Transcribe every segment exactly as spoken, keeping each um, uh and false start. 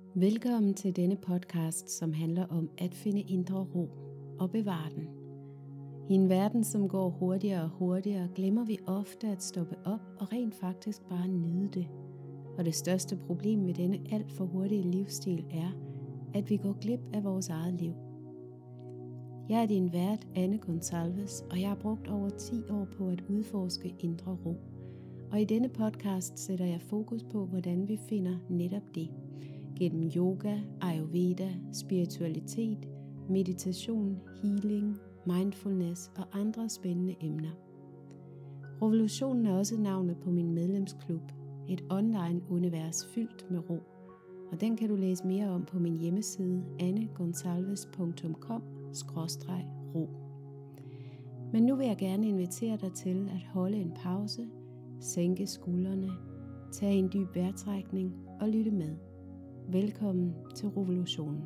Velkommen til denne podcast, som handler om at finde indre ro og bevare den. I en verden, som går hurtigere og hurtigere, glemmer vi ofte at stoppe op og rent faktisk bare nyde det. Og det største problem ved denne alt for hurtige livsstil er, at vi går glip af vores eget liv. Jeg er din vært, Anne Gonsalves, og jeg har brugt over ti år på at udforske indre ro. Og i denne podcast sætter jeg fokus på, hvordan vi finder netop det. Gennem yoga, ayurveda, spiritualitet, meditation, healing, mindfulness og andre spændende emner. Revolutionen er også navnet på min medlemsklub, et online univers fyldt med ro. Og den kan du læse mere om på min hjemmeside anne gonsalves punktum com skråstreg ro. Men nu vil jeg gerne invitere dig til at holde en pause, sænke skuldrene, tage en dyb vejrtrækning og lytte med. Velkommen til revolutionen.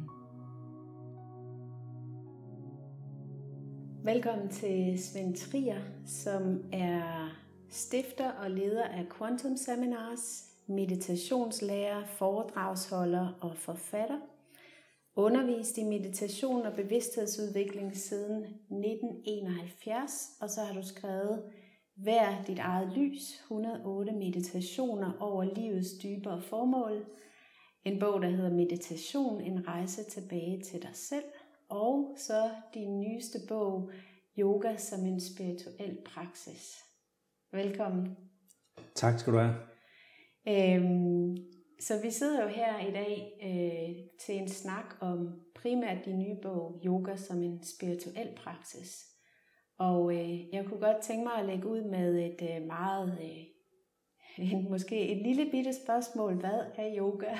Velkommen til Svend Trier, som er stifter og leder af Quantum Seminars, meditationslærer, foredragsholder og forfatter. Undervist i meditation og bevidsthedsudvikling siden nitten enoghalvfjerds, og så har du skrevet Vær dit eget lys, et hundrede og otte meditationer over livets dybere formål. En bog, der hedder Meditation, en rejse tilbage til dig selv. Og så din nyeste bog, Yoga som en spirituel praksis. Velkommen. Tak skal du have. Øhm, så vi sidder jo her i dag øh, til en snak om primært din nye bog, Yoga som en spirituel praksis. Og øh, jeg kunne godt tænke mig at lægge ud med et øh, meget... Øh, Måske et lille bitte spørgsmål. Hvad er yoga?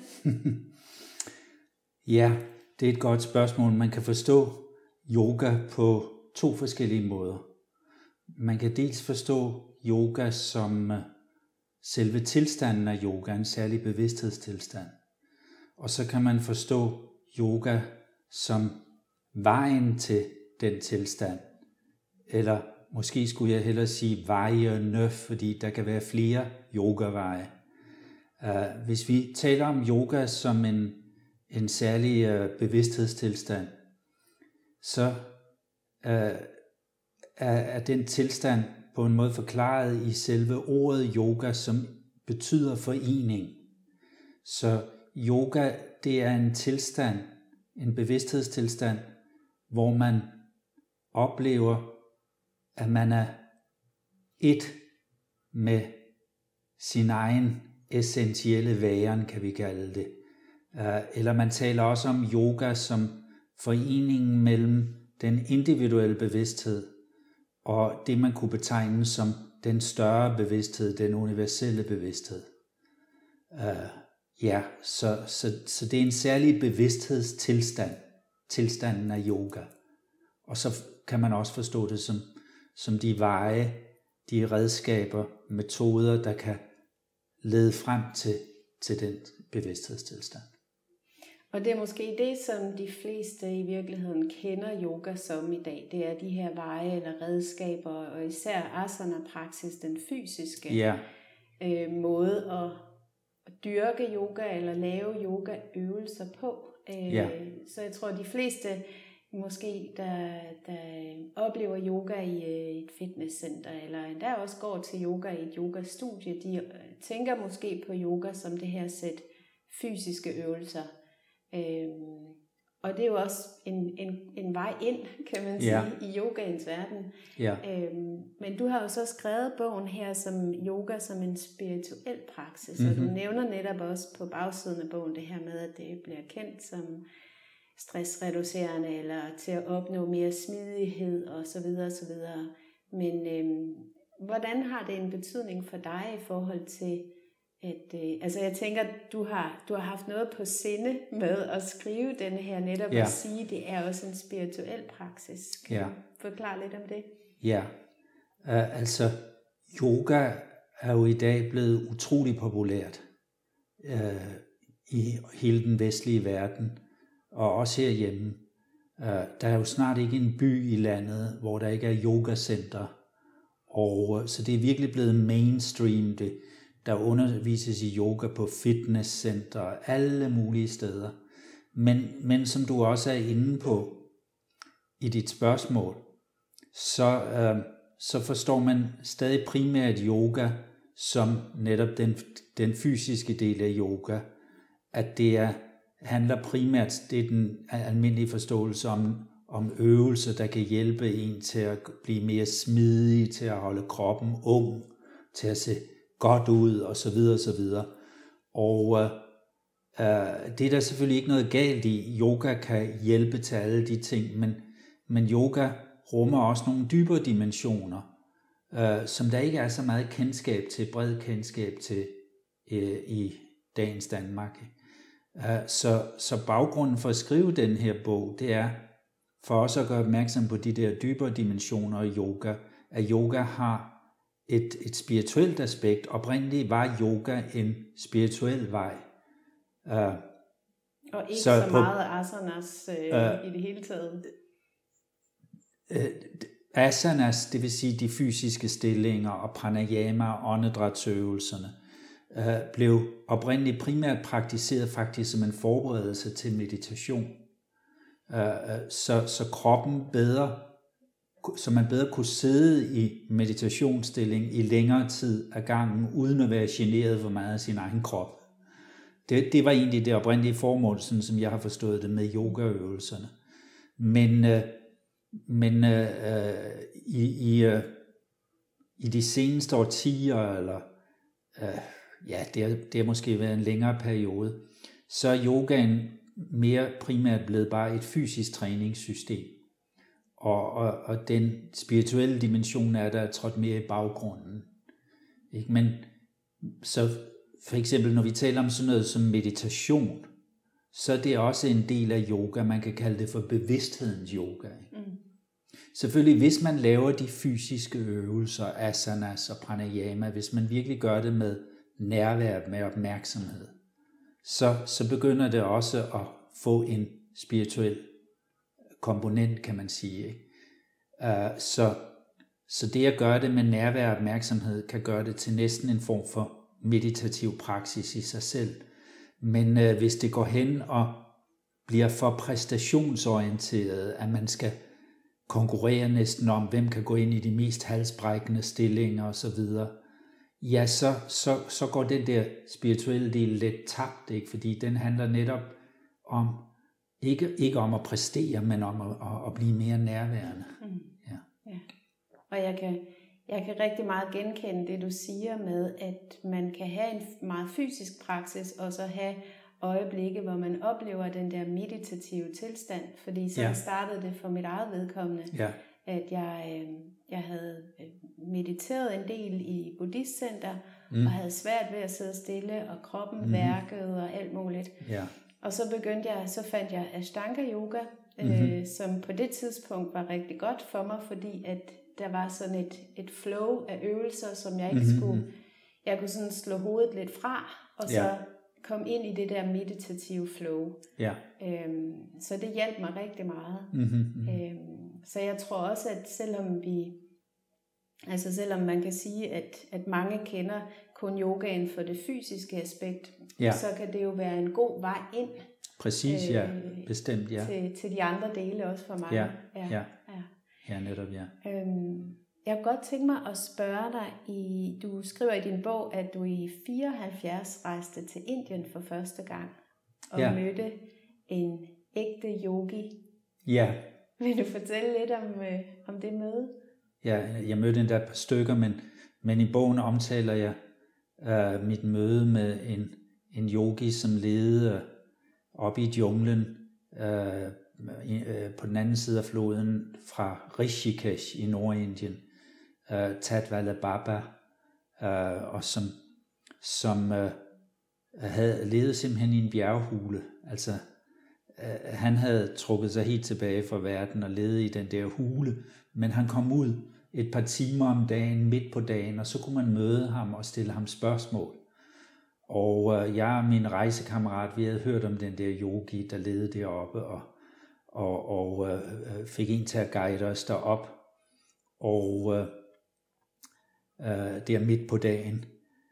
Ja, det er et godt spørgsmål. Man kan forstå yoga på to forskellige måder. Man kan dels forstå yoga som selve tilstanden af yoga, en særlig bevidsthedstilstand. Og så kan man forstå yoga som vejen til den tilstand. Eller måske skulle jeg hellere sige vejene, fordi der kan være flere yogaveje. Uh, hvis vi taler om yoga som en, en særlig uh, bevidsthedstilstand, så uh, er, er den tilstand på en måde forklaret i selve ordet yoga, som betyder forening. Så yoga, det er en tilstand, en bevidsthedstilstand, hvor man oplever, at man er et med sin egen essentielle væren, kan vi kalde det. Eller man taler også om yoga som foreningen mellem den individuelle bevidsthed og det, man kunne betegne som den større bevidsthed, den universelle bevidsthed. Ja, så, så, så det er en særlig bevidsthedstilstand, tilstanden af yoga. Og så kan man også forstå det som som de veje, de redskaber, metoder, der kan lede frem til, til den bevidsthedstilstand. Og det er måske det, som de fleste i virkeligheden kender yoga som i dag. Det er de her veje eller redskaber, og især asana-praksis, den fysiske ja. øh, måde at, at dyrke yoga eller lave yogaøvelser på. Øh, ja. Så jeg tror, de fleste måske, der, der oplever yoga i et fitnesscenter, eller endda også går til yoga i et yogastudie, de tænker måske på yoga som det her sæt fysiske øvelser. Øhm, og det er jo også en, en, en vej ind, kan man sige, ja. i yogaens verden. Ja. Øhm, men du har jo så skrevet bogen her som yoga som en spirituel praksis, mm-hmm. og du nævner netop også på bagsiden af bogen det her med, at det bliver kendt som stressreducerende eller til at opnå mere smidighed og så videre og så videre. Men øhm, hvordan har det en betydning for dig i forhold til at øh, altså jeg tænker du har du har haft noget på sinde med at skrive denne her netop ja. at sige det er også en spirituel praksis. Kan ja. du forklare lidt om det? Ja. Uh, altså yoga er jo i dag blevet utrolig populært uh, i hele den vestlige verden. Og også herhjemme. Der er jo snart ikke en by i landet, hvor der ikke er yogacenter. Og så det er virkelig blevet mainstream. Det, der undervises i yoga på fitnesscenter, alle mulige steder. Men, men som du også er inde på i dit spørgsmål, så, øh, så forstår man stadig primært yoga som netop den, den fysiske del af yoga, at det er, handler primært, det er den almindelige forståelse om, om øvelser, der kan hjælpe en til at blive mere smidig, til at holde kroppen ung, til at se godt ud, og så videre, og så videre. Og øh, det er der selvfølgelig ikke noget galt i. Yoga kan hjælpe til alle de ting, men, men yoga rummer også nogle dybere dimensioner, øh, som der ikke er så meget kendskab til, bred kendskab til øh, i dagens Danmark. Uh, så, så baggrunden for at skrive den her bog, det er for os at gøre opmærksom på de der dybere dimensioner i yoga, at yoga har et, et spirituelt aspekt. Oprindeligt var yoga en spirituel vej. Uh, og ikke så, så på, meget asanas uh, uh, i det hele taget. Uh, asanas, det vil sige de fysiske stillinger, og pranayama og åndedrætsøvelserne, blev oprindeligt primært praktiseret faktisk som en forberedelse til meditation. Så, så kroppen bedre, så man bedre kunne sidde i meditationsstilling i længere tid ad gangen, uden at være generet for meget af sin egen krop. Det, det var egentlig det oprindelige formål, sådan som jeg har forstået det med yogaøvelserne. Men, men øh, i, i, øh, i de seneste årtier, eller øh, ja, det har, det har måske været en længere periode, så er yogaen mere primært blevet bare et fysisk træningssystem. Og, og, og den spirituelle dimension er der trådt mere i baggrunden. Ikke? Men så for eksempel, når vi taler om sådan noget som meditation, så er det også en del af yoga. Man kan kalde det for bevidsthedens yoga. Mm. Selvfølgelig, hvis man laver de fysiske øvelser, asanas og pranayama, hvis man virkelig gør det med nærvær, med opmærksomhed, så, så begynder det også at få en spirituel komponent, kan man sige. Ikke? Uh, så, så det at gøre det med nærvær og opmærksomhed, kan gøre det til næsten en form for meditativ praksis i sig selv. Men uh, hvis det går hen og bliver for præstationsorienteret, at man skal konkurrere næsten om, hvem kan gå ind i de mest halsbrækkende stillinger osv., ja, så, så, så går den der spirituelle del lidt tabt, ikke? Fordi den handler netop om, ikke, ikke om at præstere, men om at, at, at blive mere nærværende. Mm. Ja. Ja. Og jeg kan, jeg kan rigtig meget genkende det, du siger med, at man kan have en meget fysisk praksis, og så have øjeblikke, hvor man oplever den der meditative tilstand, fordi så ja. startede det for mit eget vedkommende, ja. at jeg, øh, jeg havde mediteret en del i buddhistcenter, mm. og havde svært ved at sidde stille, og kroppen mm. værkede og alt muligt. Ja. Og så begyndte jeg, så fandt jeg Ashtanga yoga, mm-hmm. øh, som på det tidspunkt var rigtig godt for mig, fordi at der var sådan et, et flow af øvelser, som jeg ikke mm-hmm. skulle, jeg kunne sådan slå hovedet lidt fra, og så ja. kom ind i det der meditative flow. Ja. Øhm, så det hjalp mig rigtig meget. Mm-hmm. Øhm, så jeg tror også, at selvom vi, altså selvom man kan sige, at, at mange kender kun yogaen for det fysiske aspekt, ja. så kan det jo være en god vej ind. Præcis, øh, ja. Bestemt, ja. Til, til de andre dele også for mig. Ja, ja. ja. ja. ja netop, ja. Øhm, jeg kunne godt tænke mig at spørge dig, i, du skriver i din bog, at du i fireoghalvfjerds rejste til Indien for første gang, og ja. mødte en ægte yogi. Ja. Vil du fortælle lidt om, øh, om det møde? Ja, jeg mødte endda et par stykker, men, men i bogen omtaler jeg uh, mit møde med en, en yogi, som levede uh, oppe i junglen uh, i, uh, på den anden side af floden fra Rishikesh i Nordindien, uh, Tatvala Baba, uh, og som, som uh, havde levet simpelthen i en bjerghule. Altså, uh, han havde trukket sig helt tilbage fra verden og levet i den der hule, men han kom ud et par timer om dagen, midt på dagen, og så kunne man møde ham og stille ham spørgsmål. Og øh, jeg og min rejsekammerat, vi havde hørt om den der yogi, der levede deroppe, og, og, og øh, fik en til at guide os derop, og øh, øh, der midt på dagen.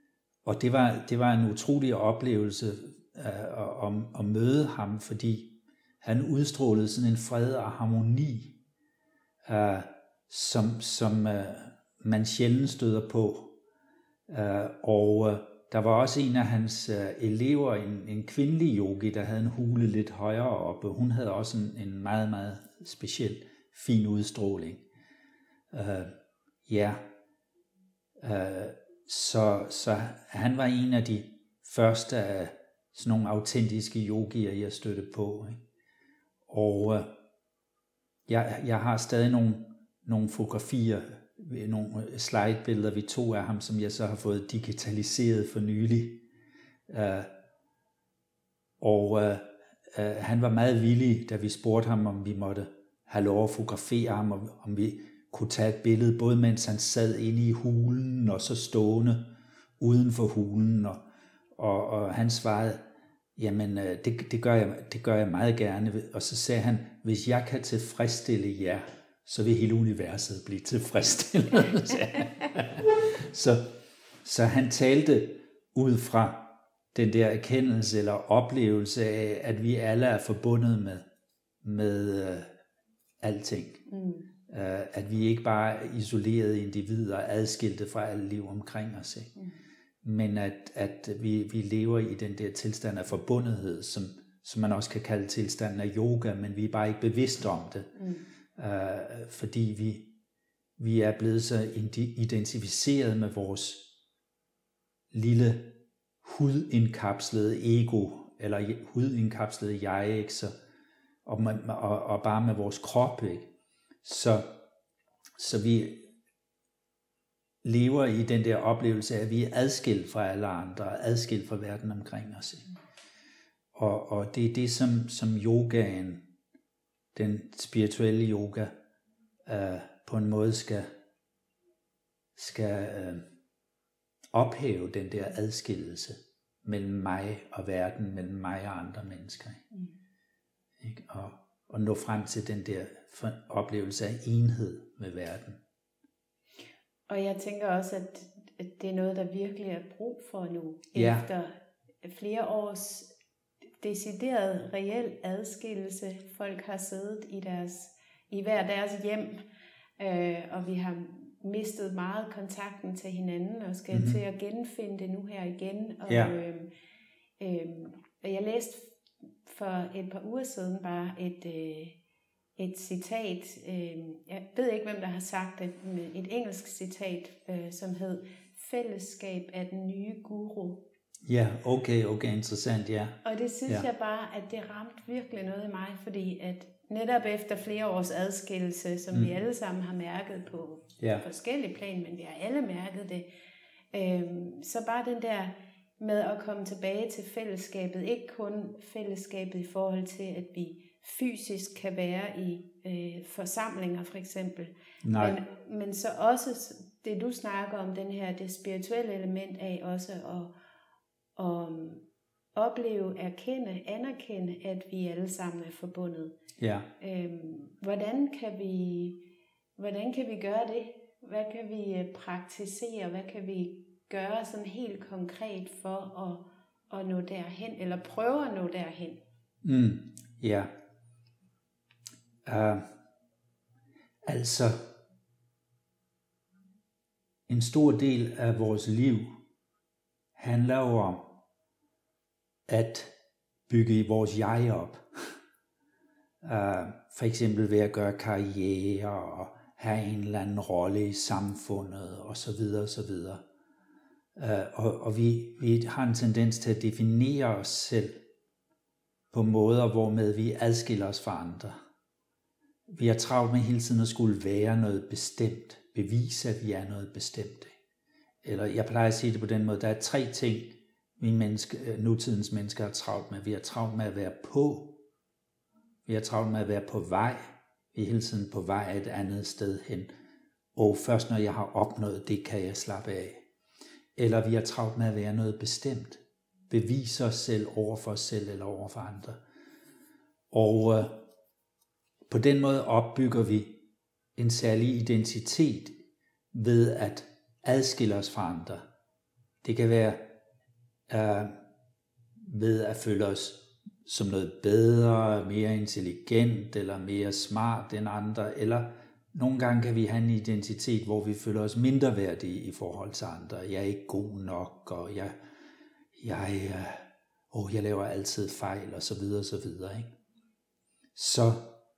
og det var, det var en utrolig oplevelse uh, at, at møde ham, fordi han udstrålede sådan en fred og harmoni, uh, som, som uh, man sjældent støder på. Uh, og uh, der var også en af hans uh, elever, en, en kvindelig yogi, der havde en hule lidt højere oppe. Hun havde også en, en meget, meget speciel, fin udstråling. Uh, ja, uh, så, så han var en af de første af sådan nogle autentiske yogier, jeg stødte på. Ikke? Og uh, jeg, jeg har stadig nogle, nogle fotografier, nogle slidebilleder, vi tog af ham, som jeg så har fået digitaliseret for nylig. Uh, og uh, uh, han var meget villig, da vi spurgte ham, om vi måtte have lov at fotografere ham, og om vi kunne tage et billede, både mens han sad inde i hulen, og så stående uden for hulen. Og, og, og han svarede, jamen det, det, gør jeg, det gør jeg meget gerne. Og så sagde han, hvis jeg kan tilfredsstille jer, så vil hele universet blive tilfredsstillet. så, så han talte ud fra den der erkendelse eller oplevelse af, at vi alle er forbundet med, med uh, alting. Mm. Uh, at vi ikke bare er isolerede individer, adskilte fra alle liv omkring os. Ikke? Mm. Men at, at vi, vi lever i den der tilstand af forbundethed, som, som man også kan kalde tilstanden af yoga, men vi er bare ikke bevidste om det. Mm. Uh, fordi vi, vi er blevet så identificeret med vores lille hudindkapslede ego, eller hudindkapslede jeg, ikke? Så, og, og, og bare med vores krop, ikke? Så, så vi lever i den der oplevelse af, at vi er adskilt fra alle andre, adskilt fra verden omkring os. Ikke? Og, og det er det, som, som yogaen, den spirituelle yoga, øh, på en måde skal, skal øh, ophæve den der adskillelse mellem mig og verden, mellem mig og andre mennesker. Mm. Ikke? Og, og nå frem til den der oplevelse af enhed med verden. Og jeg tænker også, at det er noget, der virkelig er brug for nu, ja. Efter flere års decideret reel adskillelse. Folk har siddet i deres i hver deres hjem, øh, og vi har mistet meget kontakten til hinanden, og skal mm-hmm. til at genfinde det nu her igen. Og, ja. øh, øh, og jeg læste for et par uger siden bare et, øh, et citat, øh, jeg ved ikke, hvem der har sagt det, men et engelsk citat, øh, som hed, fællesskab er den nye guru. Ja, okay, okay, interessant, ja. Og det synes ja. jeg bare, at det ramte virkelig noget i mig, fordi at netop efter flere års adskillelse, som mm. vi alle sammen har mærket på ja. forskellige plan, men vi har alle mærket det, øh, så bare den der med at komme tilbage til fællesskabet, ikke kun fællesskabet i forhold til, at vi fysisk kan være i øh, forsamlinger for eksempel, men, men så også det du snakker om, den her, det spirituelle element af også at, at opleve, erkende, anerkende, at vi alle sammen er forbundet. Ja. Øhm, hvordan kan vi, hvordan kan vi gøre det? Hvad kan vi praktisere? Hvad kan vi gøre sådan helt konkret for at, at nå derhen, eller prøve at nå derhen? Mm, ja. Uh, altså, en stor del af vores liv handler jo om at bygge vores jeg op. Uh, for eksempel ved at gøre karriere og have en eller anden rolle i samfundet og så videre og så videre. Uh, og og vi, vi har en tendens til at definere os selv på måder, hvormed vi adskiller os fra andre. Vi har travlt med hele tiden at skulle være noget bestemt, bevise, at vi er noget bestemt. Eller jeg plejer at sige det på den måde, der er tre ting, vi menneske, nutidens mennesker har travlt med. Vi har travlt med at være på. Vi har travlt med at være på vej. Vi er hele tiden på vej et andet sted hen. Og først når jeg har opnået det, kan jeg slappe af. Eller vi har travlt med at være noget bestemt. Bevise os selv over for os selv eller over for andre. Og øh, på den måde opbygger vi en særlig identitet ved at adskille os fra andre. Det kan være uh, ved at føle os som noget bedre, mere intelligent eller mere smart end andre, eller nogle gange kan vi have en identitet, hvor vi føler os mindre værdige i forhold til andre. Jeg er ikke god nok, og jeg, jeg, åh, jeg laver altid fejl, og så videre, og så videre. Ikke? Så,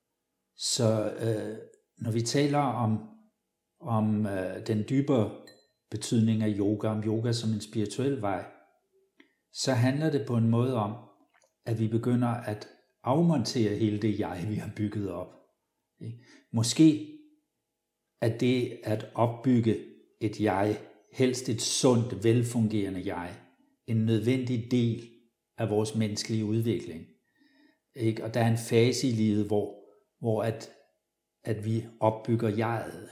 så øh, når vi taler om, om øh, den dybere betydning af yoga, om yoga som en spirituel vej, så handler det på en måde om, at vi begynder at afmontere hele det jeg, vi har bygget op. Ikke? Måske at det at opbygge et jeg, helst et sundt, velfungerende jeg, en nødvendig del af vores menneskelige udvikling. Ikke? Og der er en fase i livet, hvor, hvor at, at vi opbygger jeget.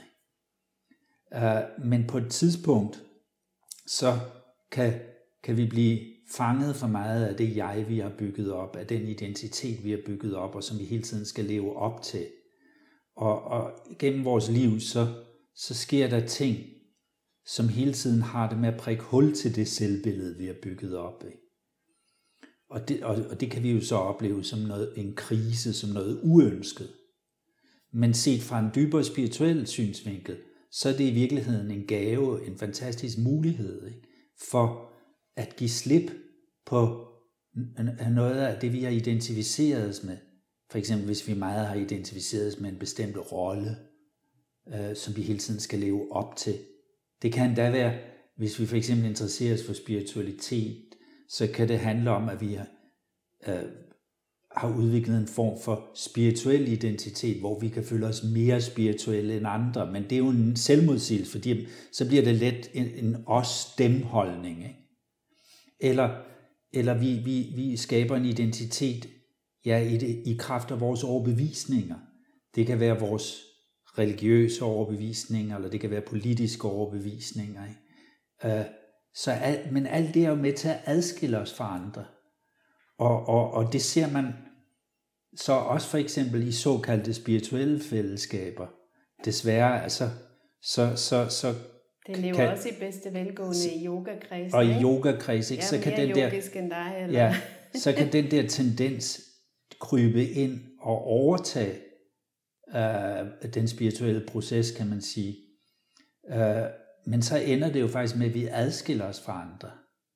Uh, men på et tidspunkt, så kan, kan vi blive fanget for meget af det jeg, vi har bygget op, af den identitet, vi har bygget op, og som vi hele tiden skal leve op til. Og, og gennem vores liv, så, så sker der ting, som hele tiden har det med at prikke hul til det selvbillede, vi har bygget op. Ikke? Og, det, og, og det kan vi jo så opleve som noget, en krise, som noget uønsket. Men set fra en dybere spirituel synsvinkel, så er det i virkeligheden en gave, en fantastisk mulighed, ikke? For at give slip på noget af det, vi har identificeret os med. For eksempel hvis vi meget har identificeret os med en bestemt rolle, øh, som vi hele tiden skal leve op til. Det kan endda være, hvis vi for eksempel interesserer os for spiritualitet, så kan det handle om, at vi har, øh, har udviklet en form for spirituel identitet, hvor vi kan føle os mere spirituelle end andre. Men det er jo en selvmodsigelse, fordi så bliver det let en, en os-dem-holdning. Ikke? Eller, eller vi, vi, vi skaber en identitet, ja, i, det, i kraft af vores overbevisninger. Det kan være vores religiøse overbevisninger, eller det kan være politiske overbevisninger. Ikke? Uh, så al, men alt det er jo med til at adskille os fra andre. Og, og, og det ser man så også for eksempel i såkaldte spirituelle fællesskaber. Desværre, altså, så, så, så det lever kan, også i bedste velgående i yogakredsen. Og i yogakredsen, ikke? Så kan den der, end dig, eller? Ja, så kan den der tendens krybe ind og overtage øh, den spirituelle proces, kan man sige. Øh, men så ender det jo faktisk med, at vi adskiller os fra andre.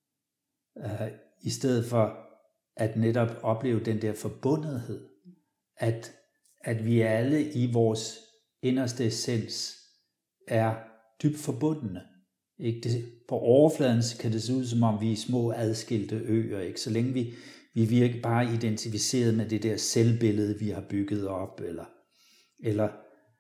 Øh, I stedet for at netop opleve den der forbundethed. At, at vi alle i vores inderste essens er dybt forbundne. Ikke? Det, på overfladen kan det se ud, som om vi er små adskilte øer. Ikke? Så længe vi, vi virker bare identificeret med det der selvbillede, vi har bygget op, eller, eller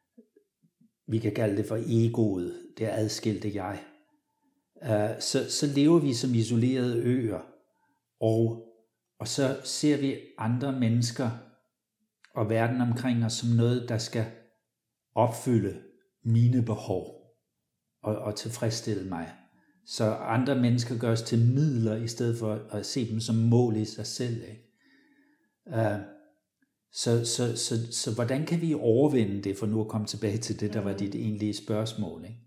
vi kan kalde det for egoet, det adskilte jeg. Uh, så, så lever vi som isolerede øer, og, og så ser vi andre mennesker og verden omkring os som noget, der skal opfylde mine behov og, og tilfredsstille mig. Så andre mennesker gør os til midler, i stedet for at se dem som mål i sig selv. Ikke? Uh, så, så, så, så hvordan kan vi overvinde det, for nu at komme tilbage til det, der var dit egentlige spørgsmål? Ikke?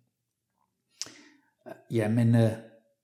Uh, jamen, uh,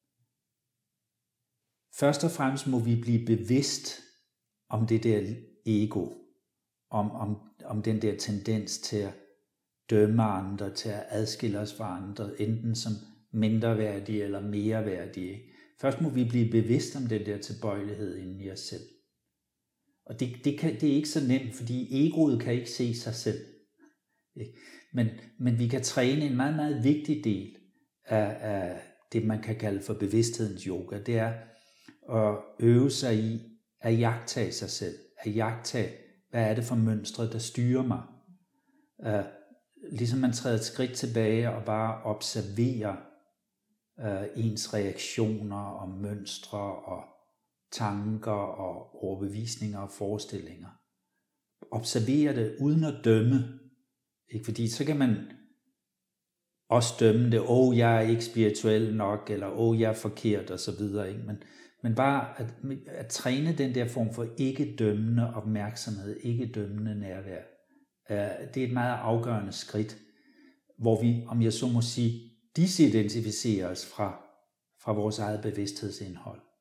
først og fremmest må vi blive bevidst om det der ego, om, om, om den der tendens til at dømme andre, til at adskille os fra andre, enten som mindreværdige eller mereværdige. Først må vi blive bevidst om den der tilbøjelighed inden i os selv. Og det, det, kan, det er ikke så nemt, fordi egoet kan ikke se sig selv. Men, men vi kan træne en meget, meget vigtig del af, af det, man kan kalde for bevidsthedens yoga. Det er at øve sig i at jagtage sig selv. At jagtage, hvad er det for mønstre, der styrer mig. Uh, ligesom man træder et skridt tilbage og bare observerer uh, ens reaktioner og mønstre og tanker og overbevisninger og forestillinger. Observer det uden at dømme. Ikke? Fordi så kan man også dømme det, åh, oh, jeg er ikke spirituel nok, eller åh, oh, jeg er forkert, og så videre. Ikke? Men, men bare at, at træne den der form for ikke-dømmende opmærksomhed, ikke-dømmende nærvær, uh, det er et meget afgørende skridt, hvor vi, om jeg så må sige, disidentificerer os fra, fra vores eget bevidsthedsindhold.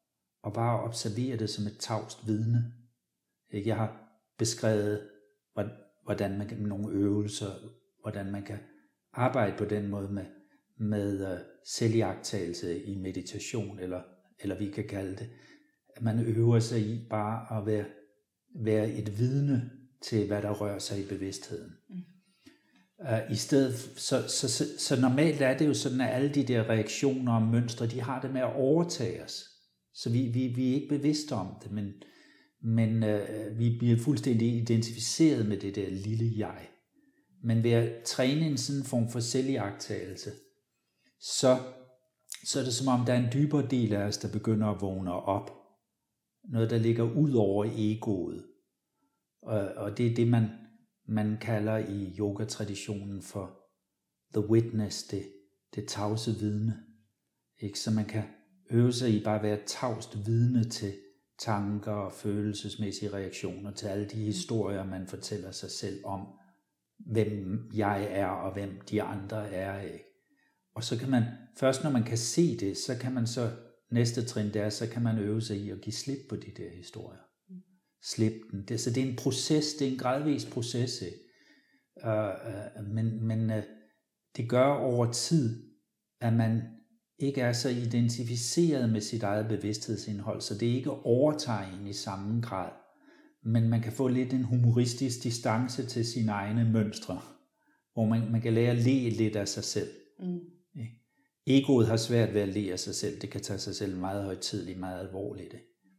og bare observere det som et tavst vidne. Jeg har beskrevet, hvordan man kan med nogle øvelser, hvordan man kan arbejde på den måde med, med uh, selviagtagelse i meditation, eller, eller vi kan kalde det, at man øver sig i bare at være, være et vidne til, hvad der rører sig i bevidstheden. Mm. Uh, I stedet, så, så, så, så normalt er det jo sådan, at alle de der reaktioner og mønstre, de har det med at overtage os. Så vi, vi, vi er ikke bevidste om det, men, men uh, vi bliver fuldstændig identificeret med det der lille jeg. Men ved at træne en sådan form for selviagtagelse, så, så er det som om, der er en dybere del af os, der begynder at vågne op. Noget, der ligger ud over egoet. Og, og det er det, man, man kalder i yogatraditionen for the witness, det, det tavse vidne. Ikke? Så man kan øve sig i bare at være tavst vidne til tanker og følelsesmæssige reaktioner, til alle de historier, man fortæller sig selv om, hvem jeg er og hvem de andre er. Ikke? Og så kan man, først når man kan se det, så kan man så, næste trin der, så kan man øve sig i at give slip på de der historier. Slip den. Det, så det er en proces, det er en gradvis proces. Uh, uh, men men uh, det gør over tid, at man ikke er så identificeret med sit eget bevidsthedsindhold, så det ikke overtager en i samme grad. Men man kan få lidt en humoristisk distance til sine egne mønstre, hvor man, man kan lære at le lidt af sig selv. Mm. Egoet har svært ved at le af sig selv. Det kan tage sig selv meget højtideligt, meget alvorligt.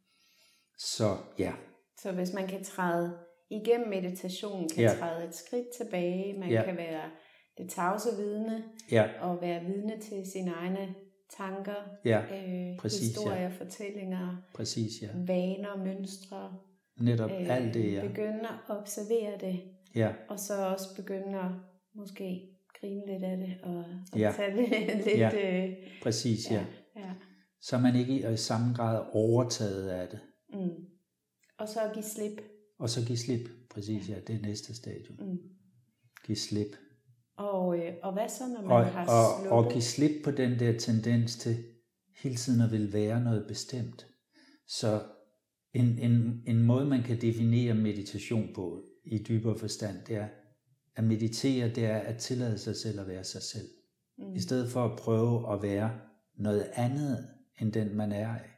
Så ja. Så hvis man kan træde igennem meditationen, kan ja. træde et skridt tilbage, man ja. kan være det tavse vidne, ja. og være vidne til sine egne tanker, ja. øh, Præcis, historier, ja. fortællinger, Præcis, ja. vaner, mønstre. Netop øh, alt det, ja. Begynde at observere det, ja. og så også begynde at måske grine lidt af det, og, og ja. tage det lidt... Ja. Øh, Præcis, ja. ja. ja. Så er man ikke i samme grad overtaget af det. Mm. Og så give slip. Og så give slip, præcis, ja. Det er næste stadium. Mm. Give slip. Og, øh, og hvad så, når man og, har og, sluppet? Og give slip på den der tendens til hele tiden at vil være noget bestemt. Så en, en, en måde, man kan definere meditation på i dybere forstand, det er, at meditere, det er at tillade sig selv at være sig selv. Mm. I stedet for at prøve at være noget andet, end den man er af.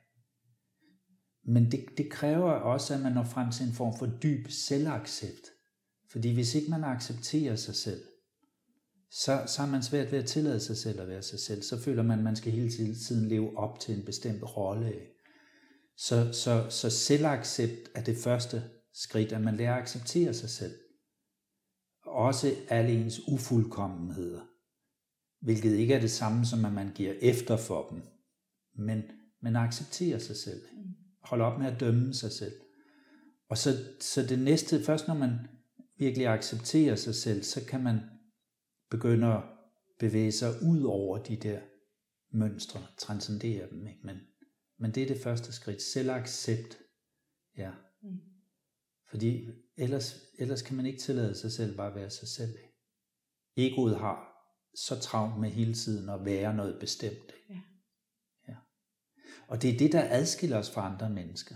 Men det, det kræver også, at man når frem til en form for dyb selvaccept. Fordi hvis ikke man accepterer sig selv, så, så er man svært ved at tillade sig selv at være sig selv. Så føler man, at man skal hele tiden leve op til en bestemt rolle. Så, så, så selvaccept er det første skridt, at man lærer at acceptere sig selv. Også alle ens ufuldkommenheder. Hvilket ikke er det samme, som at man giver efter for dem. Men man accepterer sig selv. Hold op med at dømme sig selv. Og så, så det næste, først når man virkelig accepterer sig selv, så kan man begynde at bevæge sig ud over de der mønstre, transcendere dem. Ikke? Men, men det er det første skridt. Selvaccept. Ja. Mm. Fordi ellers, ellers kan man ikke tillade sig selv bare at være sig selv. Egoet har så travlt med hele tiden at være noget bestemt. Ja. Ja. Og det er det, der adskiller os fra andre mennesker.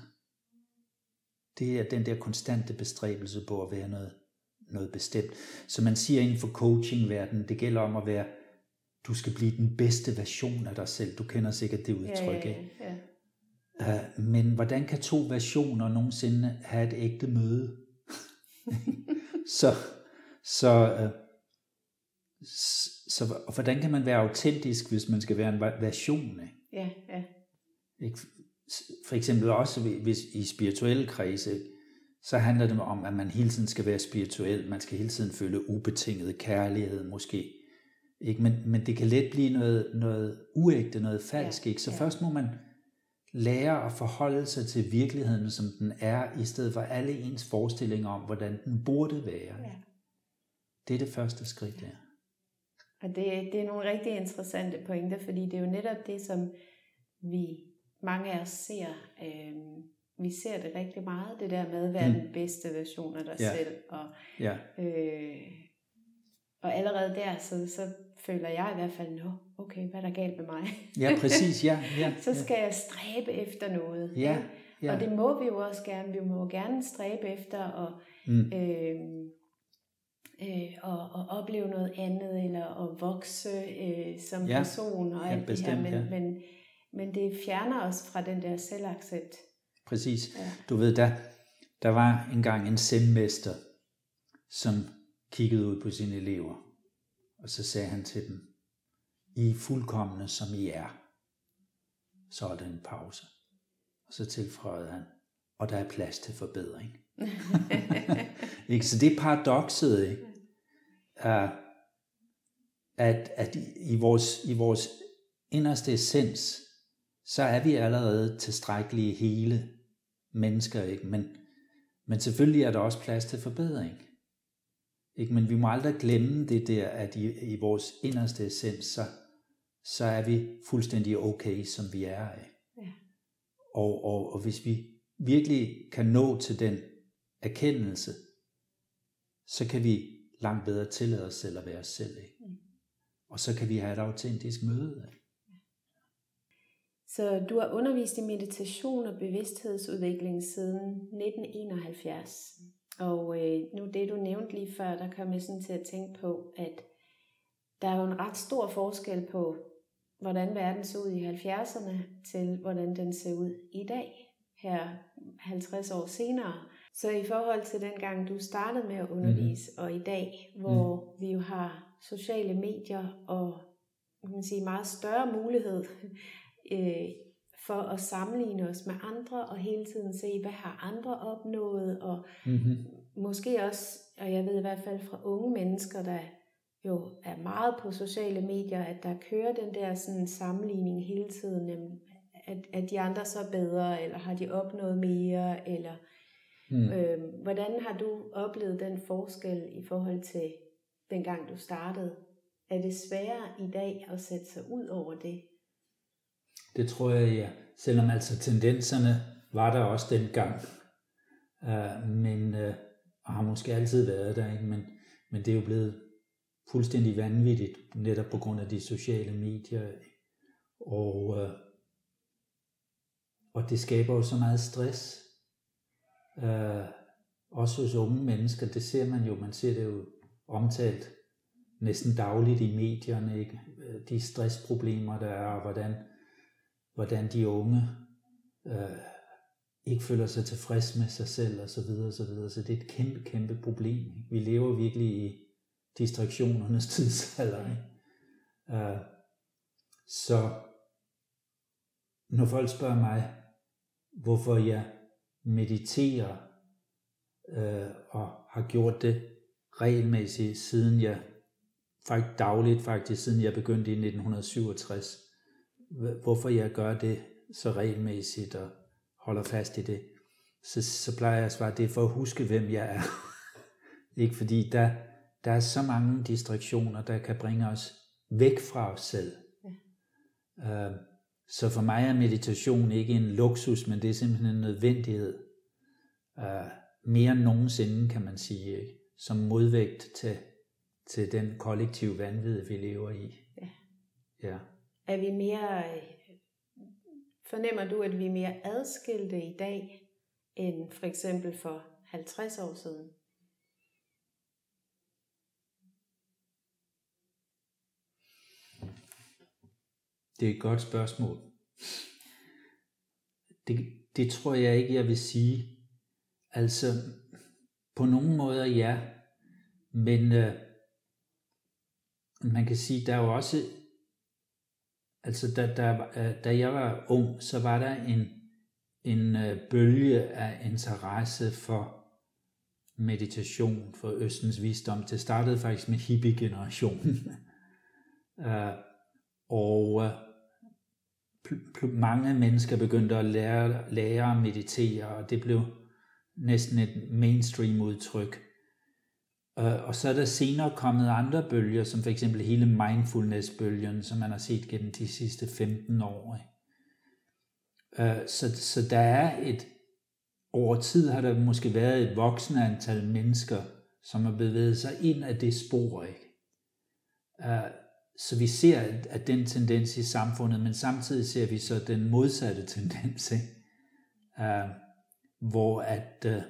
Det er den der konstante bestræbelse på at være noget, noget bestemt. Så man siger inden for coachingverdenen, det gælder om at være, du skal blive den bedste version af dig selv. Du kender sikkert det udtryk, ikke? Ja, ja, ja. Uh, men hvordan kan to versioner nogensinde have et ægte møde? så, så, uh, så og hvordan kan man være autentisk, hvis man skal være en version? Ikke? Ja, ja. Ikke? For eksempel også hvis i spirituelle kredse, så handler det om, at man hele tiden skal være spirituel. Man skal hele tiden føle ubetinget kærlighed måske. Ikke? Men, men det kan let blive noget, noget uægte, noget falsk. Ja, ikke? Så ja. Først må man lære at forholde sig til virkeligheden, som den er, i stedet for alle ens forestillinger om, hvordan den burde være. Ja. Det er det første skridt, ja. Og det, det er nogle rigtig interessante pointer, fordi det er jo netop det, som vi, mange af os ser. Øh, vi ser det rigtig meget, det der med at være mm. den bedste version af dig ja. selv. Og, ja. øh, og allerede der, så, så føler jeg i hvert fald, nå, okay, hvad er der galt med mig? Ja, præcis, ja. ja så skal ja. jeg stræbe efter noget. Ja, ja. Og det må vi jo også gerne. Vi må gerne stræbe efter at, mm. øh, øh, og, og opleve noget andet, eller at vokse øh, som ja. person og alt ja, bestemt, det her. Men, ja. men, men det fjerner os fra den der selvaccept. Præcis. Ja. Du ved, der, der var engang en zenmester, som kiggede ud på sine elever, og så sagde han til dem, I er fuldkomne, som I er. Så er der en pause. Og så tilføjede han, og der er plads til forbedring. Ikke? Så det er paradokset, ikke? Uh, at, at i, i, vores, i vores inderste essens, så er vi allerede tilstrækkelige hele mennesker, ikke? Men, men selvfølgelig er der også plads til forbedring. Ikke? Men vi må aldrig glemme det der, at i, i vores inderste essens, så, så er vi fuldstændig okay, som vi er. Ikke? Ja. Og, og, og hvis vi virkelig kan nå til den erkendelse, så kan vi langt bedre tillade os selv at være os selv. Ikke? Mm. Og så kan vi have et autentisk møde. Ikke? Så du har undervist i meditation og bevidsthedsudvikling siden nitten enoghalvfjerds. Og øh, nu det du nævnte lige før, der kom jeg sådan til at tænke på, at der er jo en ret stor forskel på, hvordan verden så ud i halvfjerdserne, til hvordan den ser ud i dag, her halvtreds år senere. Så i forhold til dengang du startede med at undervise, mm-hmm. og i dag, hvor mm. vi jo har sociale medier og man kan sige, meget større mulighed øh, for at sammenligne os med andre, og hele tiden se, hvad har andre opnået, og mm-hmm. måske også, og jeg ved i hvert fald fra unge mennesker, der jo er meget på sociale medier, at der kører den der sådan sammenligning hele tiden, at, at de andre så er bedre, eller har de opnået mere, eller mm. øh, hvordan har du oplevet den forskel i forhold til dengang du startede? Er det sværere i dag at sætte sig ud over det? Det tror jeg, ja. Selvom altså tendenserne var der også dengang, uh, men uh, og har måske altid været der, ikke? Men, men det er jo blevet fuldstændig vanvittigt, netop på grund af de sociale medier, og, uh, og det skaber jo så meget stress, uh, også hos unge mennesker. Det ser man jo, man ser det jo omtalt næsten dagligt i medierne, ikke? De stressproblemer, der er, og hvordan, hvordan de unge øh, ikke føler sig tilfreds med sig selv, og så videre, og så videre. Så det er et kæmpe, kæmpe problem. Ikke? Vi lever virkelig i distraktionernes tidsalder. Ikke? Øh, så når folk spørger mig, hvorfor jeg mediterer, øh, og har gjort det regelmæssigt, siden jeg faktisk dagligt faktisk, siden jeg begyndte i nitten syvogtres. Hvorfor jeg gør det så regelmæssigt og holder fast i det, så, så plejer jeg at svare, det er for at huske, hvem jeg er. Ikke fordi der, der er så mange distraktioner, der kan bringe os væk fra os selv. Ja. Uh, så for mig er meditation ikke en luksus, men det er simpelthen en nødvendighed. Uh, mere end nogensinde, kan man sige, ikke? Som modvægt til til den kollektive vanvid, vi lever i. Ja. Ja. Er vi mere, fornemmer du, at vi er mere adskilte i dag, end for eksempel for halvtreds år siden? Det er et godt spørgsmål. Det, det tror jeg ikke, jeg vil sige. Altså, på nogle måder ja, men øh, man kan sige, der er jo også, altså da, da, da jeg var ung, så var der en, en bølge af interesse for meditation, for Østens visdom. Det startede faktisk med hippie-generationen. uh, og uh, pl- pl- mange mennesker begyndte at lære, lære at meditere, og det blev næsten et mainstream udtryk. Uh, og så er der senere kommet andre bølger, som for eksempel hele mindfulness-bølgen, som man har set gennem de sidste femten år. Uh, så, så der er et, over tid har der måske været et voksende antal mennesker, som har bevæget sig ind af det spor, ikke? Uh, så vi ser, at, at den tendens i samfundet, men samtidig ser vi så den modsatte tendens, uh, hvor at, uh,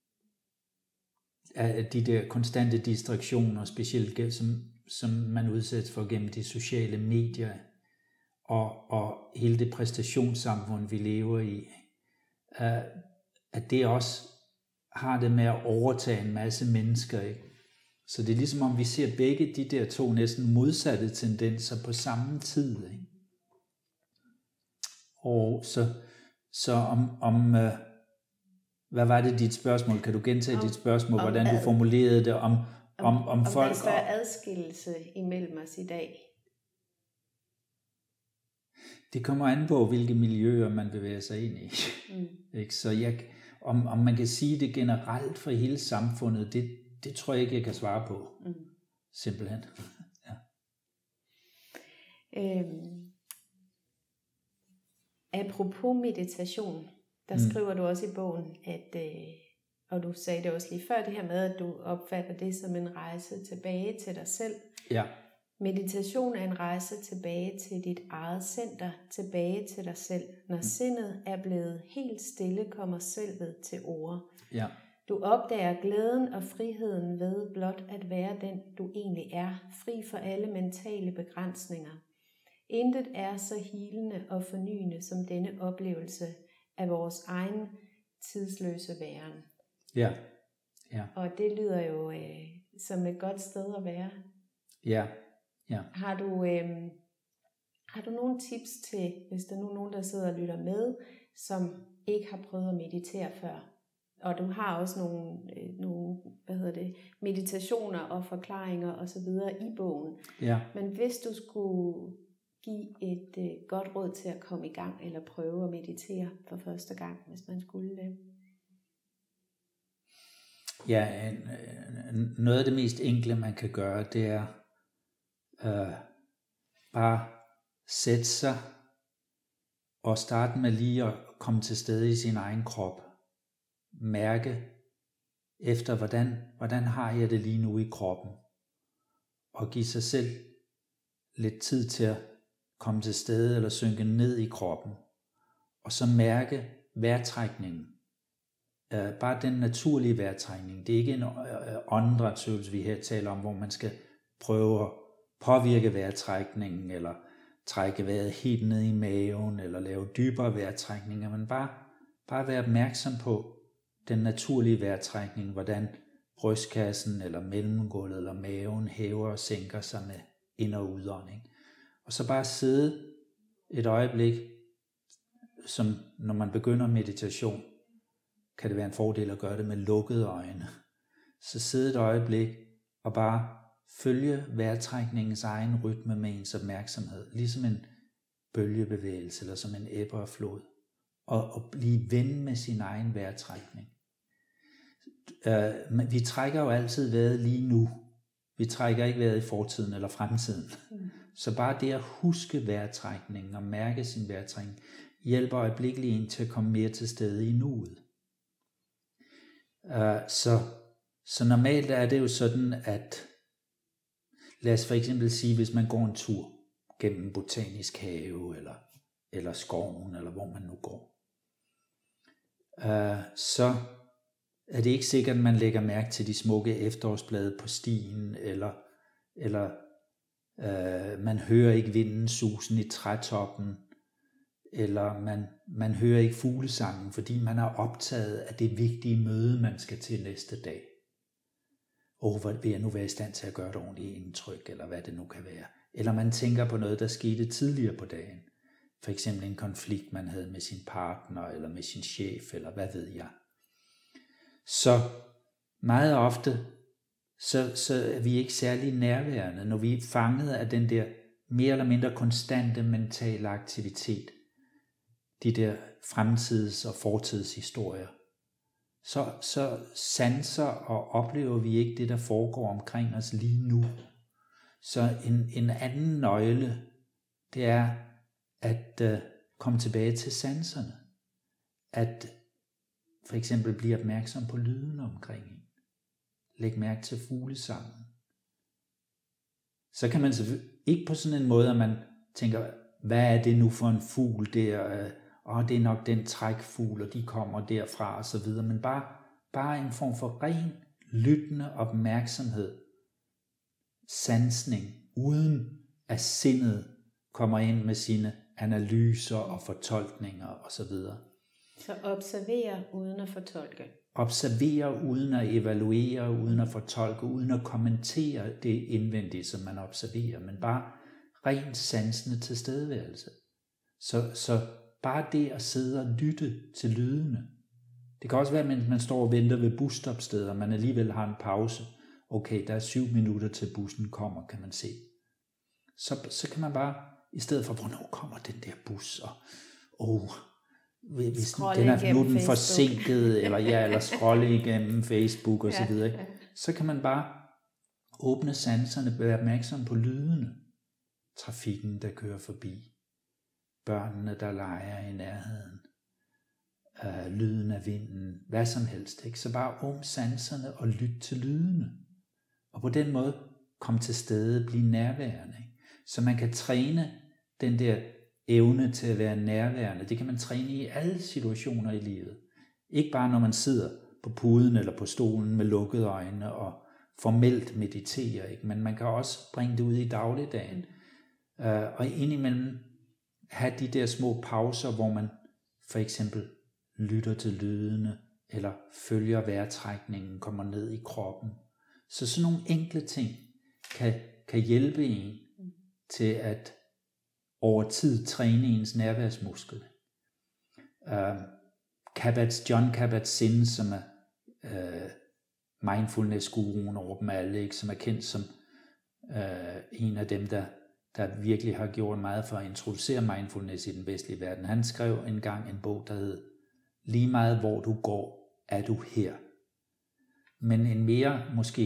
at de der konstante distraktioner, specielt som, som man udsættes for gennem de sociale medier, og, og hele det præstationssamfund, vi lever i, uh, at det også har det med at overtage en masse mennesker, ikke? Så det er ligesom om vi ser begge de der to næsten modsatte tendenser på samme tid, ikke? Og så, så om, om uh, hvad var det dit spørgsmål? Kan du gentage om, dit spørgsmål, om, hvordan du formulerede det? Om, om, om, om, om folk, der er større adskillelse imellem os i dag? Det kommer an på, hvilke miljøer man bevæger sig ind i. Mm. Ikke? Så jeg, om, om man kan sige det generelt for hele samfundet, det, det tror jeg ikke, jeg kan svare på. Mm. Simpelthen. Ja. Øhm, apropos meditation, der mm. skriver du også i bogen, at, øh, og du sagde det også lige før, det her med, at du opfatter det som en rejse tilbage til dig selv. Ja. Meditation er en rejse tilbage til dit eget center, tilbage til dig selv. Når mm. sindet er blevet helt stille, kommer selvet til orde. Ja. Du opdager glæden og friheden ved blot at være den, du egentlig er, fri for alle mentale begrænsninger. Intet er så healende og fornyende som denne oplevelse af vores egen tidsløse væren. Ja. Ja. Og det lyder jo øh, som et godt sted at være. Ja. Ja. Har du, øh, har du nogle tips til, hvis der nu er nogen, der sidder og lytter med, som ikke har prøvet at meditere før? Og du har også nogle, øh, nogle hvad hedder det, meditationer og forklaringer og så videre i bogen. Ja. Men hvis du skulle give et øh, godt råd til at komme i gang eller prøve at meditere for første gang, hvis man skulle det? Ja, en, en, noget af det mest enkle, man kan gøre, det er øh, bare sætte sig og starte med lige at komme til stede i sin egen krop. Mærke efter, hvordan, hvordan har jeg det lige nu i kroppen. Og give sig selv lidt tid til at komme til stede eller synke ned i kroppen. Og så mærke vejrtrækningen. Uh, bare den naturlige vejrtrækning. Det er ikke en åndedrætsøvelse, vi her taler om, hvor man skal prøve at påvirke vejrtrækningen, eller trække vejret helt ned i maven, eller lave dybere vejrtrækninger, men bare, bare være opmærksom på den naturlige vejrtrækning, hvordan brystkassen, eller mellemgulvet, eller maven hæver og sænker sig med ind- og udånding. Og så bare sidde et øjeblik, som når man begynder meditation, kan det være en fordel at gøre det med lukkede øjne. Så sidde et øjeblik og bare følge vejrtrækningens egen rytme med ens opmærksomhed, ligesom en bølgebevægelse eller som en ebbe og flod, og, og blive ven med sin egen vejrtrækning. Uh, vi trækker jo altid vejret lige nu. Vi trækker ikke vejret i fortiden eller fremtiden. Mm. Så bare det at huske vejrtrækningen og mærke sin vejrtrækning, hjælper øjeblikkeligt en til at komme mere til stede i nuet. Uh, så, så normalt er det jo sådan, at lad os for eksempel sige, hvis man går en tur gennem en botanisk have, eller, eller skoven, eller hvor man nu går, uh, så er det ikke sikkert, at man lægger mærke til de smukke efterårsblade på stien, eller, eller uh, man hører ikke vinden susen i trætoppen, eller man, man hører ikke fuglesangen, fordi man er optaget af det vigtige møde, man skal til næste dag. Og hvor vil jeg nu være i stand til at gøre et ordentligt indtryk, eller hvad det nu kan være. Eller man tænker på noget, der skete tidligere på dagen. For eksempel en konflikt, man havde med sin partner, eller med sin chef, eller hvad ved jeg. Så meget ofte, så, så er vi ikke særlig nærværende, når vi er fanget af den der mere eller mindre konstante mentale aktivitet. De der fremtids- og fortidshistorier. Så, så sanser og oplever vi ikke det, der foregår omkring os lige nu. Så en, en anden nøgle, det er at uh, komme tilbage til sanserne. At for eksempel blive opmærksom på lyden omkring en. Læg mærke til fuglesangen. så kan man ikke på sådan en måde, at man tænker, hvad er det nu for en fugl der, og det er nok den trækfugl, og de kommer derfra og så videre, men bare, bare en form for ren, lyttende opmærksomhed, sansning, uden at sindet kommer ind med sine analyser og fortolkninger og så videre. Så observere uden at fortolke. Observere uden at evaluere, uden at fortolke, uden at kommentere det indvendige, som man observerer, men bare rent sansende tilstedeværelse. Så, så bare det at sidde og lytte til lydene. Det kan også være, at man står og venter ved busstopsteder, og man alligevel har en pause. Okay, der er syv minutter til bussen kommer, kan man se. Så, så kan man bare, i stedet for, hvornår kommer den der bus, og oh, hvis den er nu den forsinket, eller ja, eller scrolle igennem Facebook og så videre, ja, ja. Så kan man bare åbne sanserne, være opmærksom på lydene. Trafikken, der kører forbi. Børnene, der leger i nærheden. Øh, lyden af vinden. Hvad som helst. Ikke? Så bare åbne sanserne og lyt til lydene. Og på den måde komme til stede, blive nærværende. Ikke? Så man kan træne den der evne til at være nærværende. Det kan man træne i alle situationer i livet. Ikke bare når man sidder på puden eller på stolen med lukkede øjne og formelt mediterer. Ikke? Men man kan også bringe det ud i dagligdagen. Uh, og indimellem have de der små pauser, hvor man for eksempel lytter til lydene, eller følger vejrtrækningen, kommer ned i kroppen. Så sådan nogle enkle ting kan, kan hjælpe en til at over tid træne ens nærværsmuskel. Uh, Kabat, Jon Kabat-Zinn, som er uh, mindfulness-guruen over dem alle, ikke, som er kendt som uh, en af dem, der der virkelig har gjort meget for at introducere mindfulness i den vestlige verden. Han skrev engang en bog, der hed Lige meget hvor du går, er du her. Men en mere måske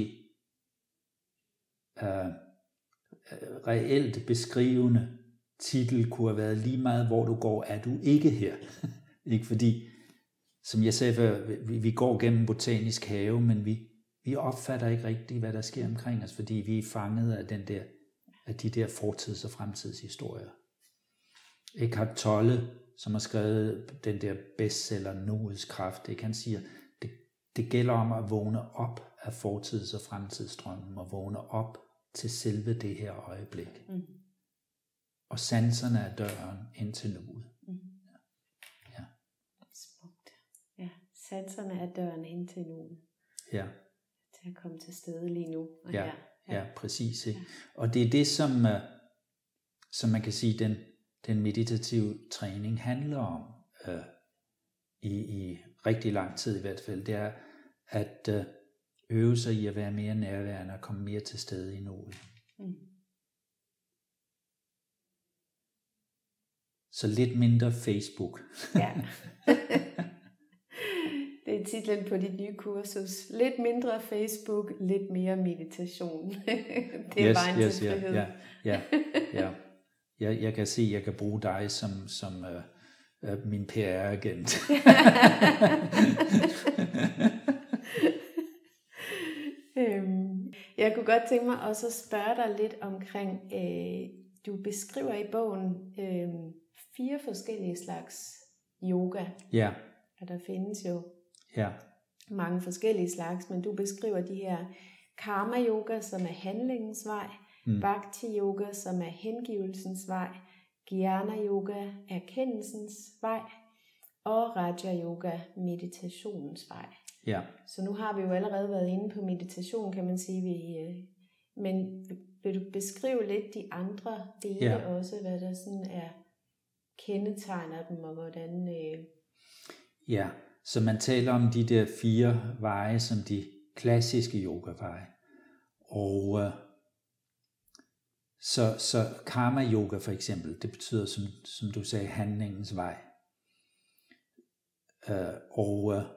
uh, reelt beskrivende titel kunne have været Lige meget hvor du går, er du ikke her. Ikke fordi, som jeg sagde før, vi, vi går gennem botanisk have, men vi, vi opfatter ikke rigtigt, hvad der sker omkring os, fordi vi er fanget af den der af de der fortids- og fremtidshistorier. Eckhart Tolle, som har skrevet den der bestseller Nuets kraft, ikke? Han siger, det, det gælder om at vågne op af fortids- og fremtidsstrømmen, og vågne op til selve det her øjeblik. Mm. Og sanserne er døren ind til nuet. Mm. Ja. Smukt. Ja, sanserne er døren ind til nuet. Ja. Til at komme til stede lige nu og ja. her. Ja, præcis. Ikke? Ja. Og det er det, som, som man kan sige, den, den meditative træning handler om, øh, i, i rigtig lang tid i hvert fald. Det er at øh, øve sig i at være mere nærværende og komme mere til stede i nuet. Mm. Så lidt mindre Facebook. Ja. Det er titlen på dit nye kursus. Lidt mindre Facebook, lidt mere meditation. Det er yes, vejen yes, til frihed. Ja, ja, ja. Jeg, jeg kan se, at jeg kan bruge dig som, som uh, uh, min P R-agent. øhm, jeg kunne godt tænke mig også at spørge dig lidt omkring, øh, du beskriver i bogen øh, fire forskellige slags yoga. Ja. Og der findes jo ja. mange forskellige slags, men du beskriver de her karma yoga, som er handlingens vej, mm. bhakti yoga, som er hengivelsens vej, jnana yoga, erkendelsens vej, og raja yoga, meditationens vej. Ja. Så nu har vi jo allerede været inde på meditation, kan man sige, vi, øh, men vil du beskrive lidt de andre dele ja. også, hvad der sådan er kendetegner dem, og hvordan... Øh... Ja, så man taler om de der fire veje, som de klassiske yogaveje. Og øh, så, så karma yoga for eksempel, det betyder, som, som du sagde, handlingens vej. Øh, og øh,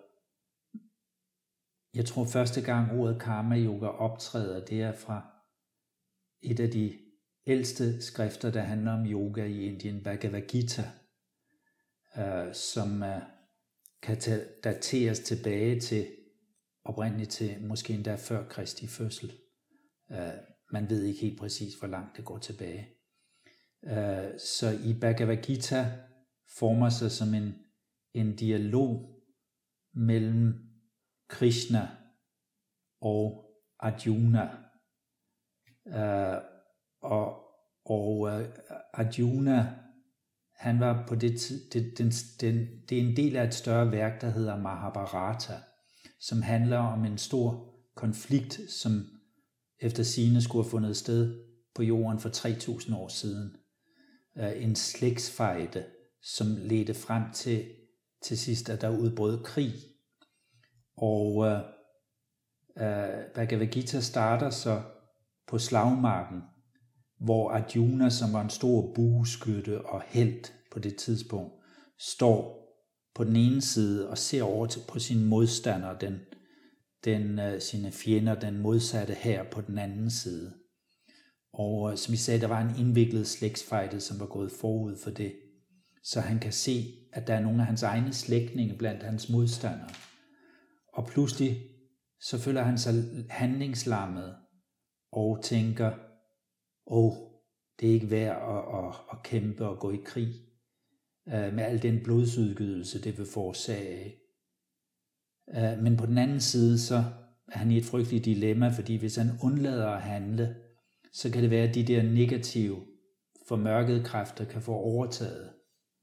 jeg tror første gang ordet karma yoga optræder, det er fra et af de ældste skrifter, der handler om yoga i Indien, Bhagavad Gita, øh, som øh, kan dateres tilbage til, oprindeligt til måske endda før Kristi fødsel. Øh, man ved ikke helt præcis, hvor langt det går tilbage. Uh, så i Bhagavad Gita former sig som en, en dialog mellem Krishna og Arjuna. Uh, og og uh, Arjuna, han var på det, det, den, den, det er en del af et større værk, der hedder Mahabharata, som handler om en stor konflikt, som efter sigende skulle have fundet sted på jorden for tre tusind år siden. Uh, en slægtsfejde, som ledte frem til, til sidst, at der udbrød krig. Og uh, uh, Bhagavad Gita starter så på slagmarken, hvor Arjuna, som var en stor bueskytte og helt på det tidspunkt, står på den ene side og ser over til, på sine modstandere, den, den, uh, sine fjender, den modsatte her på den anden side. Og uh, som vi sagde, der var en indviklet slægtsfejde, som var gået forud for det. Så han kan se, at der er nogle af hans egne slægtninge blandt hans modstandere. Og pludselig så føler han sig handlingslammet og tænker, åh, det er ikke værd at, at, at kæmpe og gå i krig uh, med al den blodsudgydelse, det vil forårsage. Uh, men på den anden side, så er han i et frygteligt dilemma, fordi hvis han undlader at handle, så kan det være, at de der negative, formørkede kræfter kan få overtaget.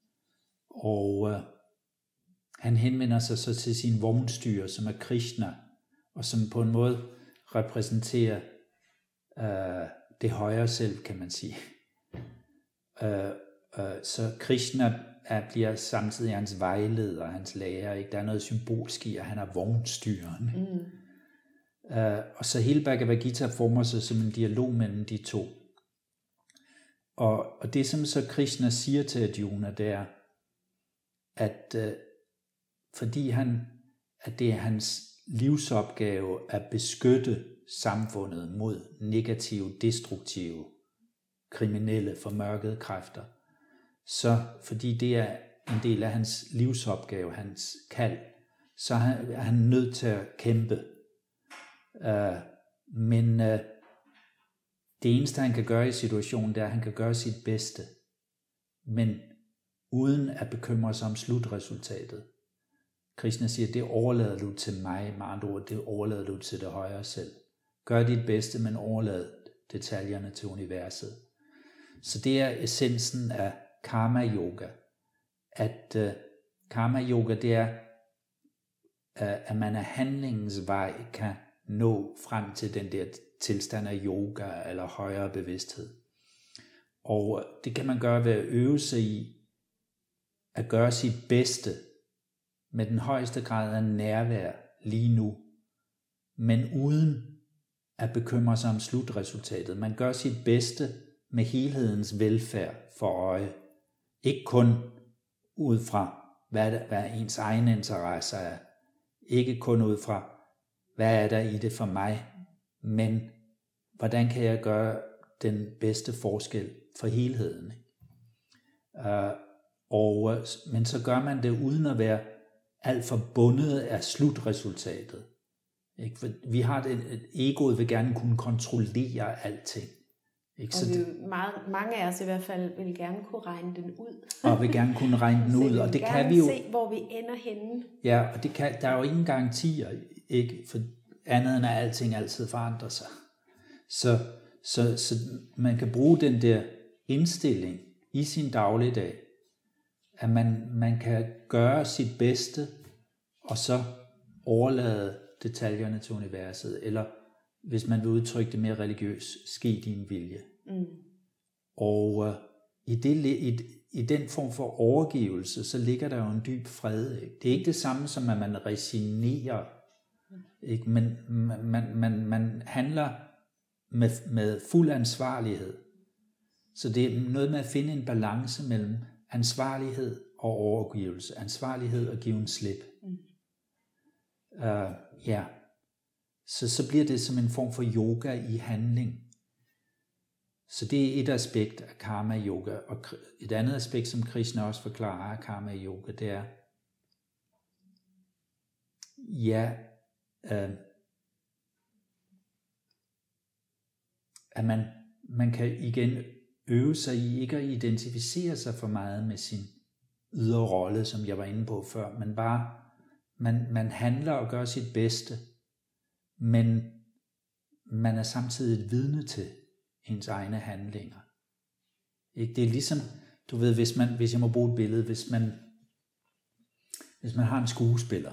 Og uh, han henvender sig så til sin vognstyrer, som er Krishna, og som på en måde repræsenterer uh, det højere selv, kan man sige. Uh, uh, så Krishna er, bliver samtidig hans vejleder, hans lærer. Ikke? Der er noget symbolsk i, at han er vognstyreren. Mm. Uh, og så hele Bhagavad Gita former sig som en dialog mellem de to. Og, og det, som så Krishna siger til Arjuna, det er, at uh, fordi han, at det er hans livsopgave at beskytte samfundet mod negative, destruktive, kriminelle, formørkede kræfter, så fordi det er en del af hans livsopgave, hans kald, så er han, er han nødt til at kæmpe. Uh, men uh, det eneste, han kan gøre i situationen, det er, at han kan gøre sit bedste, men uden at bekymre sig om slutresultatet. Krishna siger, det overlader du til mig, med andre ord, det overlader du til det højere selv. Gør dit bedste, men overlad detaljerne til universet. Så det er essensen af karma yoga. At uh, karma yoga, det er, uh, at man af handlingens vej kan nå frem til den der tilstand af yoga eller højere bevidsthed. Og det kan man gøre ved at øve sig i at gøre sit bedste med den højeste grad af nærvær lige nu, men uden at bekymre sig om slutresultatet. Man gør sit bedste med helhedens velfærd for øje. Ikke kun ud fra, hvad, der, hvad ens egne interesser er. Ikke kun ud fra, hvad er der i det for mig, men hvordan kan jeg gøre den bedste forskel for helheden. Uh, og, men så gør man det uden at være alt for bundet af slutresultatet. Ikke? For vi har det, egoet vil gerne kunne kontrollere alting. Ikke? Og vi, meget, mange af os i hvert fald vil gerne kunne regne den ud. Og vil gerne kunne regne den ud, og det kan vi jo. Se, hvor vi ender henne. Ja, og det kan, der er jo ingen garantier, ikke? For andet end at alting altid forandrer sig. Så, så, så man kan bruge den der indstilling i sin dagligdag, at man, man kan gøre sit bedste, og så overlade detaljerne til universet, eller hvis man vil udtrykke det mere religiøst, ske din vilje. Mm. Og uh, i, det, i, i den form for overgivelse, så ligger der jo en dyb fred. Ikke? Det er ikke det samme som, at man resignerer, ikke? Men man, man, man handler med, med fuld ansvarlighed. Så det er noget med at finde en balance mellem ansvarlighed og overgivelse. Ansvarlighed og give en slip. Mm. Uh, ja. Så, så bliver det som en form for yoga i handling. Så det er et aspekt af karma yoga. Og et andet aspekt, som Krishna også forklarer af karma yoga, det er, ja, øh, at man, man kan igen øve sig i ikke at identificere sig for meget med sin ydre rolle, som jeg var inde på før, men bare, man, man handler og gør sit bedste, men man er samtidig et vidne til ens egne handlinger. Ikke? Det er ligesom, du ved, hvis, man, hvis jeg må bruge et billede, hvis man, hvis man har en skuespiller,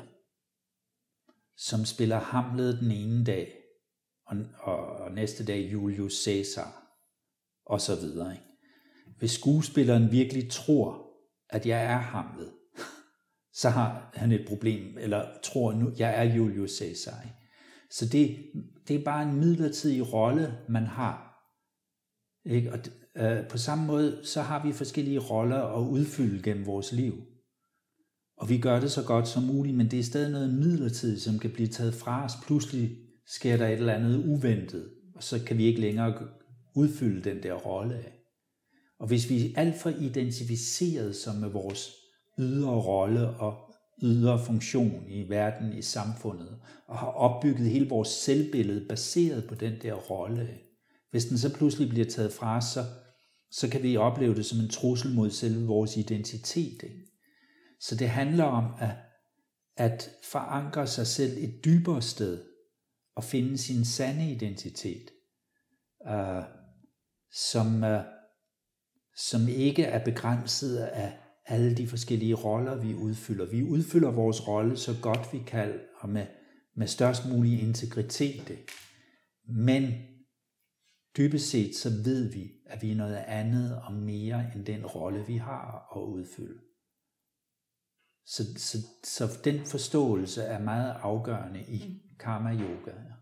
som spiller Hamlet den ene dag, og, og, og næste dag Julius Caesar, og så videre. Ikke? Hvis skuespilleren virkelig tror, at jeg er Hamlet, så har han et problem, eller tror nu, jeg er Julius Caesar. Ikke? Så det, det er bare en midlertidig rolle, man har. Ikke? Og øh, på samme måde, så har vi forskellige roller at udfylde gennem vores liv. Og vi gør det så godt som muligt, men det er stadig noget midlertidigt, som kan blive taget fra os. Pludselig sker der et eller andet uventet, og så kan vi ikke længere udfylde den der rolle af. Og hvis vi er alt for identificeret som med vores ydre rolle og ydre funktion i verden, i samfundet, og har opbygget hele vores selvbillede baseret på den der rolle, hvis den så pludselig bliver taget fra os, så, så kan vi opleve det som en trussel mod selve vores identitet. Ikke? Så det handler om at, at forankre sig selv et dybere sted og finde sin sande identitet, uh, som, uh, som ikke er begrænset af alle de forskellige roller, vi udfylder. Vi udfylder vores rolle så godt vi kan, og med, med størst mulig integritet. Ikke? Men dybest set så ved vi, at vi er noget andet og mere end den rolle, vi har at udfylde. Så, så, så den forståelse er meget afgørende i karma yoga. Ja.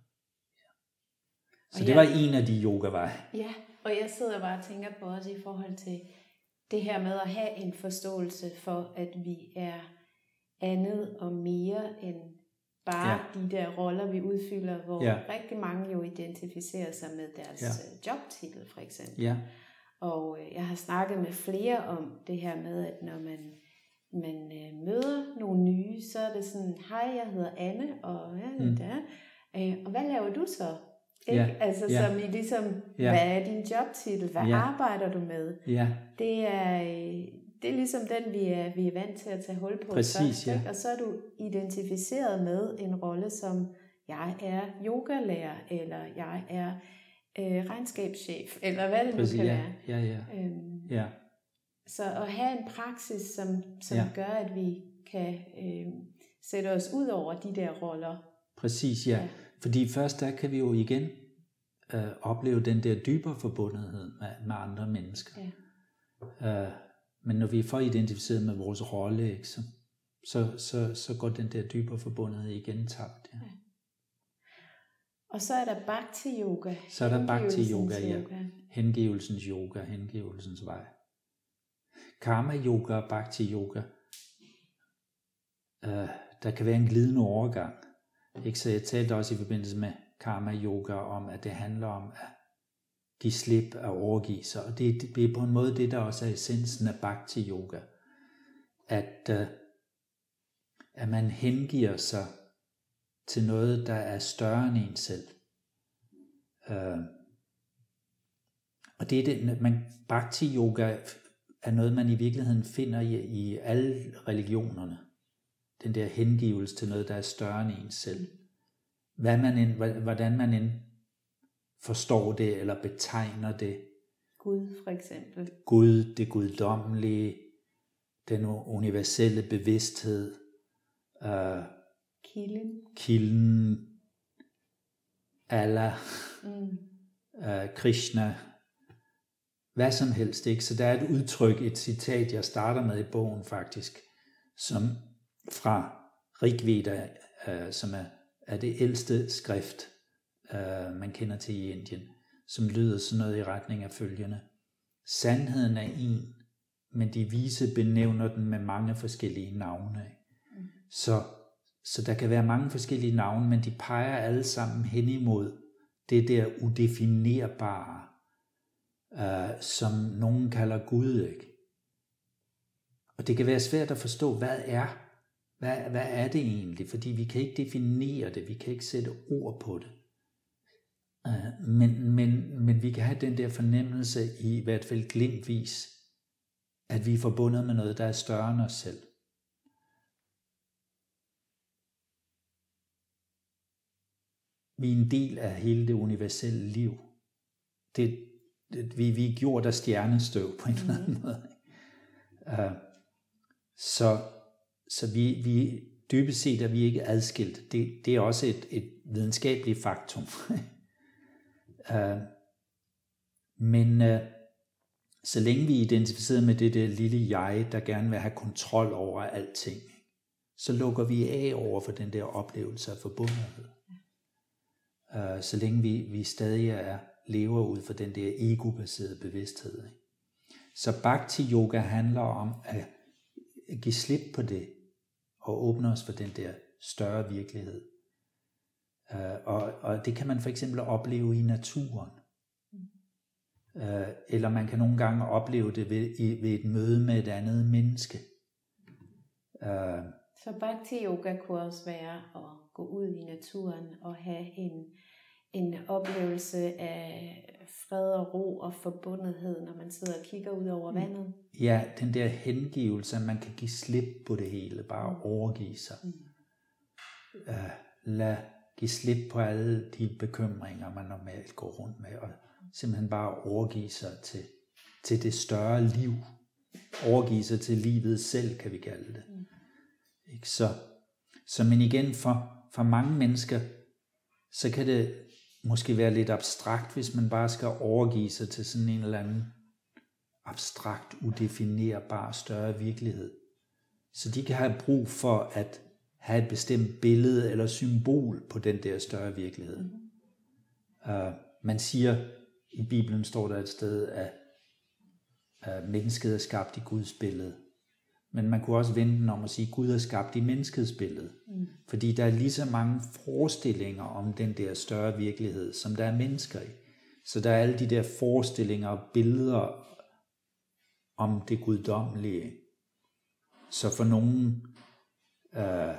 Så og det jeg, var en af de yogaveje. Ja, og jeg sidder bare og tænker på også i forhold til det her med at have en forståelse for, at vi er andet og mere end bare ja. de der roller, vi udfylder, hvor ja. rigtig mange jo identificerer sig med deres ja. jobtitel for eksempel. Ja. Og jeg har snakket med flere om det her med, at når man man øh, møder nogle nye, så er det sådan, hej, jeg hedder Anne, og ja, mm. der, øh, og hvad laver du så? Ikke? Yeah. Altså yeah. som i ligesom, yeah. hvad er din jobtitel? Hvad yeah. arbejder du med? Yeah. Det er øh, det er ligesom den, vi er, vi er vant til at tage hul på. Præcis, først, ja. Og så er du identificeret med en rolle som, jeg er yogalærer, eller jeg er øh, regnskabschef, eller hvad det Præcis, nu kan ja. være. Ja, ja. Øhm, ja. Så at have en praksis, som, som ja. gør, at vi kan øh, sætte os ud over de der roller. Præcis, ja. ja. Fordi først der kan vi jo igen øh, opleve den der dybere forbundethed med, med andre mennesker. Ja. Øh, men når vi er for identificeret med vores rolle, ikke, så, så, så, så går den der dybere forbundethed igen tabt. Ja. Ja. Og så er der bhakti yoga. Så er der bhakti yoga, ja. Hengivelsens yoga, hengivelsens vej. Karma yoga og bhakti yoga, uh, der kan være en glidende overgang. Ikke? Så jeg talte også i forbindelse med karma yoga om, at det handler om at give slip at overgive sig. Og det, det er på en måde det, der også er essensen af bhakti yoga. At, uh, at man hengiver sig til noget, der er større end en selv. Uh, og det er det, man, bhakti yoga er noget, man i virkeligheden finder i, i alle religionerne. Den der hengivelse til noget, der er større end en selv. Hvad man end, hvordan man end forstår det, eller betegner det. Gud for eksempel. Gud, det guddommelige, den universelle bevidsthed. Uh, kilden. Kilden. Allah. Mm. Uh, Krishna. Hvad som helst, ikke? Så der er et udtryk, et citat, jeg starter med i bogen faktisk, som fra Rigveda, øh, som er, er det ældste skrift, øh, man kender til i Indien, som lyder sådan noget i retning af følgende. Sandheden er en, men de vise benævner den med mange forskellige navne. Mm. Så, så der kan være mange forskellige navne, men de peger alle sammen hen imod det der udefinerbare, Uh, som nogen kalder Gud, ikke? Og det kan være svært at forstå, hvad er, hvad, hvad er det egentlig? Fordi vi kan ikke definere det, vi kan ikke sætte ord på det. Uh, men, men, men vi kan have den der fornemmelse, i hvert fald glimtvis, at vi er forbundet med noget, der er større end os selv. Vi er en del af hele det universelle liv. Det, det, vi, vi er gjort af stjernestøv på en eller anden måde. Uh, så så vi, vi dybest set er vi ikke adskilt. Det, det er også et, et videnskabeligt faktum. uh, men uh, så længe vi er identificeret med det der lille jeg, der gerne vil have kontrol over alting, så lukker vi af over for den der oplevelse af forbundethed. Uh, så længe vi, vi stadig er, lever ud for den der ego-baserede bevidsthed. Ikke? Så bhakti yoga handler om at give slip på det, og åbne os for den der større virkelighed. Uh, og, og det kan man for eksempel opleve i naturen. Uh, eller man kan nogle gange opleve det ved, i, ved et møde med et andet menneske. Uh, Så bhakti yoga kunne også være at gå ud i naturen og have en, en oplevelse af fred og ro og forbundethed, når man sidder og kigger ud over vandet. Ja, den der hengivelse, at man kan give slip på det hele, bare overgive sig. Mm. Uh, lad give slip på alle de bekymringer, man normalt går rundt med, og simpelthen bare overgive sig til, til det større liv. Overgive sig til livet selv, kan vi kalde det. Mm. Ikke? Så, så men igen, for, for mange mennesker, så kan det måske være lidt abstrakt, hvis man bare skal overgive sig til sådan en eller anden abstrakt, udefinerbar større virkelighed. Så de kan have brug for at have et bestemt billede eller symbol på den der større virkelighed. Mm-hmm. Uh, man siger, i Bibelen står der et sted, at uh, mennesket er skabt i Guds billede. Men man kunne også vende den om at sige, at Gud er skabt i menneskets billede. Mm. Fordi der er lige så mange forestillinger om den der større virkelighed, som der er mennesker i. Så der er alle de der forestillinger og billeder om det guddommelige. Så for nogen, øh,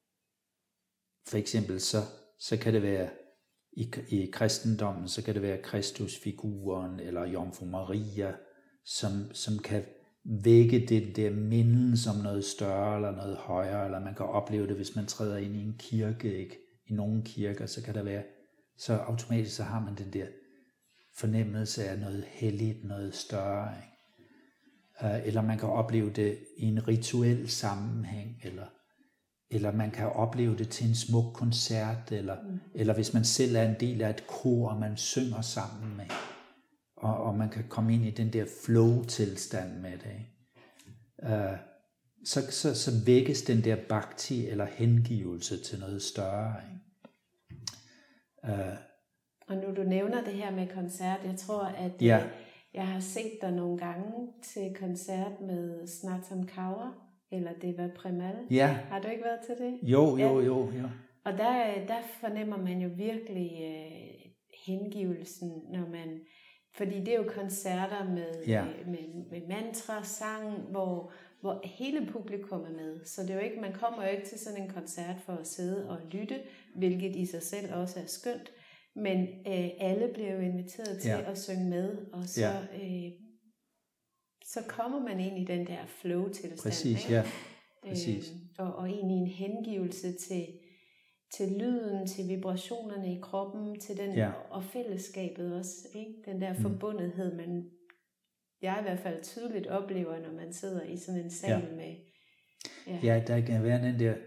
for eksempel, så, så kan det være i, i kristendommen, så kan det være Kristusfiguren eller Jomfru Maria, som, som kan vække det der minden som noget større eller noget højere, eller man kan opleve det, hvis man træder ind i en kirke, ikke? I nogle kirker, så kan der være, så automatisk så har man den der fornemmelse af noget helligt, noget større, ikke? Uh, eller man kan opleve det i en rituel sammenhæng, eller, eller man kan opleve det til en smuk koncert, eller, mm. eller hvis man selv er en del af et kor, og man synger sammen med, og, og man kan komme ind i den der flow-tilstand med det. Uh, så, så, så vækkes den der bhakti eller hengivelse til noget større. Uh, og nu du nævner det her med koncert, jeg tror, at ja. jeg har set dig nogle gange til koncert med Snatam Kaur, eller Deva Premal. Ja. Har du ikke været til det? Jo, jo, ja. jo, jo. Og der, der fornemmer man jo virkelig uh, hengivelsen, når man... Fordi det er jo koncerter med, ja. med, med mantra, sang, hvor, hvor hele publikum er med. Så det er jo ikke, man kommer jo ikke til sådan en koncert for at sidde og lytte, hvilket i sig selv også er skønt. Men øh, alle bliver jo inviteret til ja. at synge med, og så, ja. øh, så kommer man ind i den der flow-tilstand. Præcis, ja. Præcis. Øh, og, og ind i en hengivelse til... til lyden, til vibrationerne i kroppen, til den ja. og fællesskabet også, ikke? Den der mm. forbundethed, man jeg i hvert fald tydeligt oplever, når man sidder i sådan en sal ja. med... Ja. ja, der kan være den der...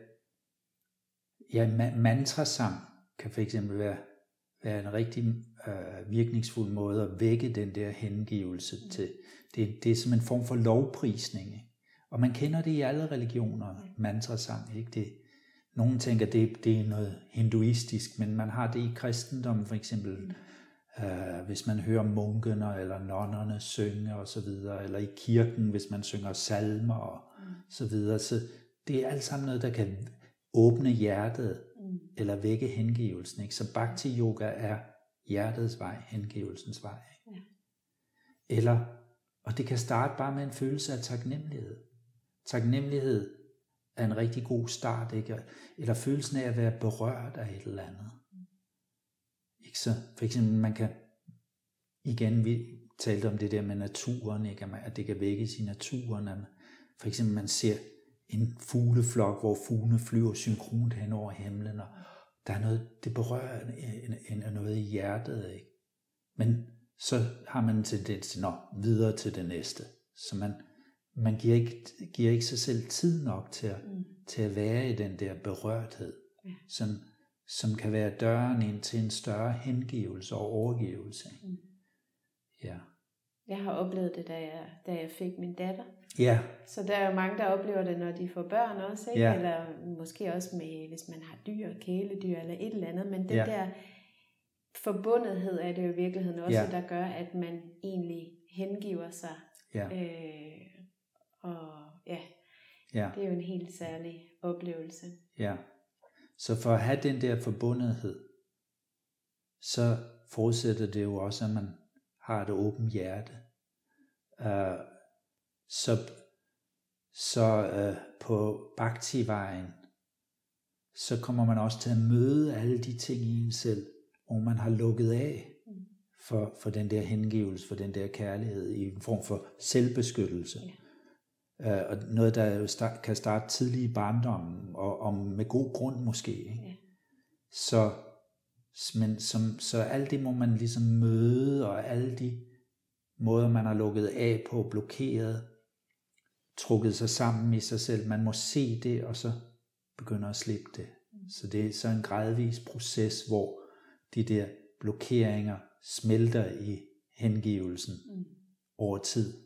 Ja, mantrasang kan for eksempel være, være en rigtig øh, virkningsfuld måde at vække den der hengivelse mm. til. Det, det er som en form for lovprisning, ikke? Og man kender det i alle religioner, mm. mantrasang, ikke? Det Nogle tænker, det, det er noget hinduistisk, men man har det i kristendommen for eksempel, mm. øh, hvis man hører munkene eller nonnerne synge og så videre, eller i kirken, hvis man synger salmer og mm. så videre. Så det er alt sammen noget, der kan åbne hjertet mm. eller vække hengivelsen. Ikke? Så bhakti yoga er hjertets vej, hengivelsens vej. Ikke? Ja. Eller, og det kan starte bare med en følelse af taknemmelighed. Taknemmelighed er en rigtig god start, ikke? Eller følelsen af at være berørt af et eller andet. Ikke? Så for eksempel, man kan, igen, vi talte om det der med naturen, ikke? At det kan vækkes i naturen. For eksempel, man ser en fugleflok, hvor fuglene flyver synkront hen over himlen, og der er noget, det berører en, en, noget i hjertet, ikke? Men så har man en tendens til, nå, videre til det næste. Så man, man giver, ikke, giver ikke sig selv tid nok til at, mm. til at være i den der berørthed, ja. som, som kan være døren ind til en større hengivelse og overgivelse. Mm. Ja. Jeg har oplevet det, da jeg, da jeg fik min datter. Ja. Så der er jo mange, der oplever det, når de får børn også, ikke? Ja. Eller måske også med, hvis man har dyr, kæledyr eller et eller andet. Men den ja. der forbundethed er det jo i virkeligheden også, ja. der gør, at man egentlig hengiver sig. Ja. Øh, og ja, ja, det er jo en helt særlig oplevelse. Ja. Så for at have den der forbundethed, så forudsætter det jo også, at man har et åbent hjerte. Uh, så så uh, på Bhakti-vejen, så kommer man også til at møde alle de ting i en selv, hvor man har lukket af for, for den der hengivelse, for den der kærlighed i en form for selvbeskyttelse. Ja. Uh, og noget, der jo start, kan starte tidlig i barndommen, og, og med god grund måske. Ikke? Ja. Så Men som, så alt det må man ligesom møde, og alle de måder, man har lukket af på, blokeret, trukket sig sammen i sig selv. Man må se det, og så begynder at slippe det. Så det er så en gradvis proces, hvor de der blokeringer smelter i hengivelsen mm. over tid.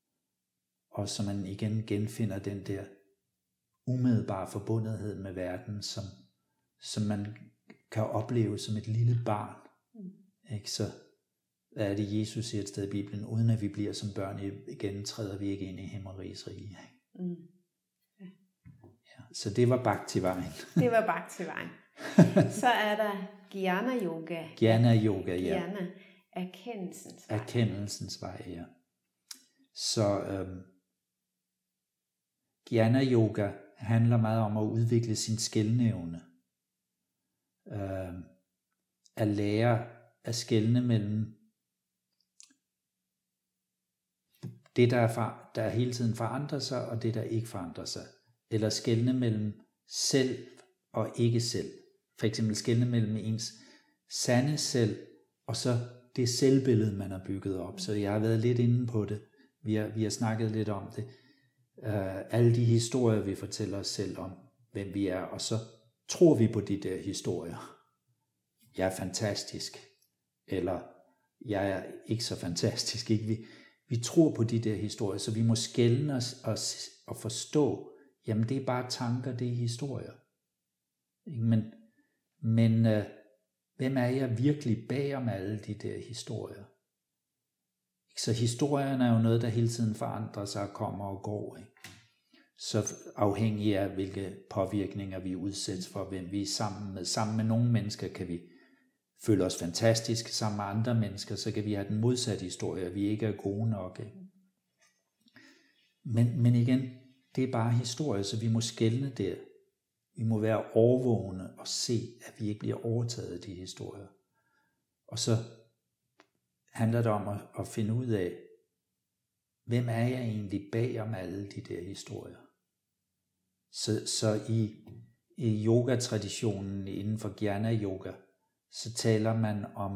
Og så man igen genfinder den der umiddelbare forbundethed med verden, som, som man kan opleve som et lille barn. Mm. Ikke? Så hvad er det, Jesus siger et sted i Bibelen? Uden at vi bliver som børn igen, træder vi ikke ind i himmerigets rige. Mm. Ja. Ja, så det var Bhakti-vejen. Det var Bhakti-vejen. Så er der Jnana Yoga. Jnana Yoga, ja. Jnana, erkendelsens vej. Erkendelsens vej, ja. Så øhm, Jnana Yoga handler meget om at udvikle sin skelneevne. Øh, at lære at skelne mellem det, der, er for, der hele tiden forandrer sig, og det, der ikke forandrer sig. Eller skelne mellem selv og ikke selv. For eksempel skelne mellem ens sande selv, og så det selvbillede, man har bygget op. Så jeg har været lidt inde på det. Vi har, vi har snakket lidt om det. Uh, alle de historier, vi fortæller os selv om, hvem vi er, og så tror vi på de der historier. Jeg er fantastisk, eller jeg er ikke så fantastisk. Ikke? Vi, vi tror på de der historier, så vi må skelne os og, og forstå, jamen det er bare tanker, det er historier. Ikke? Men, men øh, hvem er jeg virkelig bag om alle de der historier? Ikke? Så historierne er jo noget, der hele tiden forandrer sig og kommer og går. Ikke? Så afhængig af, hvilke påvirkninger vi udsættes for, hvem vi er sammen med. Sammen med nogle mennesker kan vi føle os fantastisk, sammen med andre mennesker, så kan vi have den modsatte historie, at vi ikke er gode nok. Ikke? Men, men igen, det er bare historie, så vi må skelne der. Vi må være overvågne og se, at vi ikke bliver overtaget af de historier. Og så handler det om at, at finde ud af, hvem er jeg egentlig bag om alle de der historier. Så, så i, i yoga-traditionen inden for Jnana Yoga, så taler man om,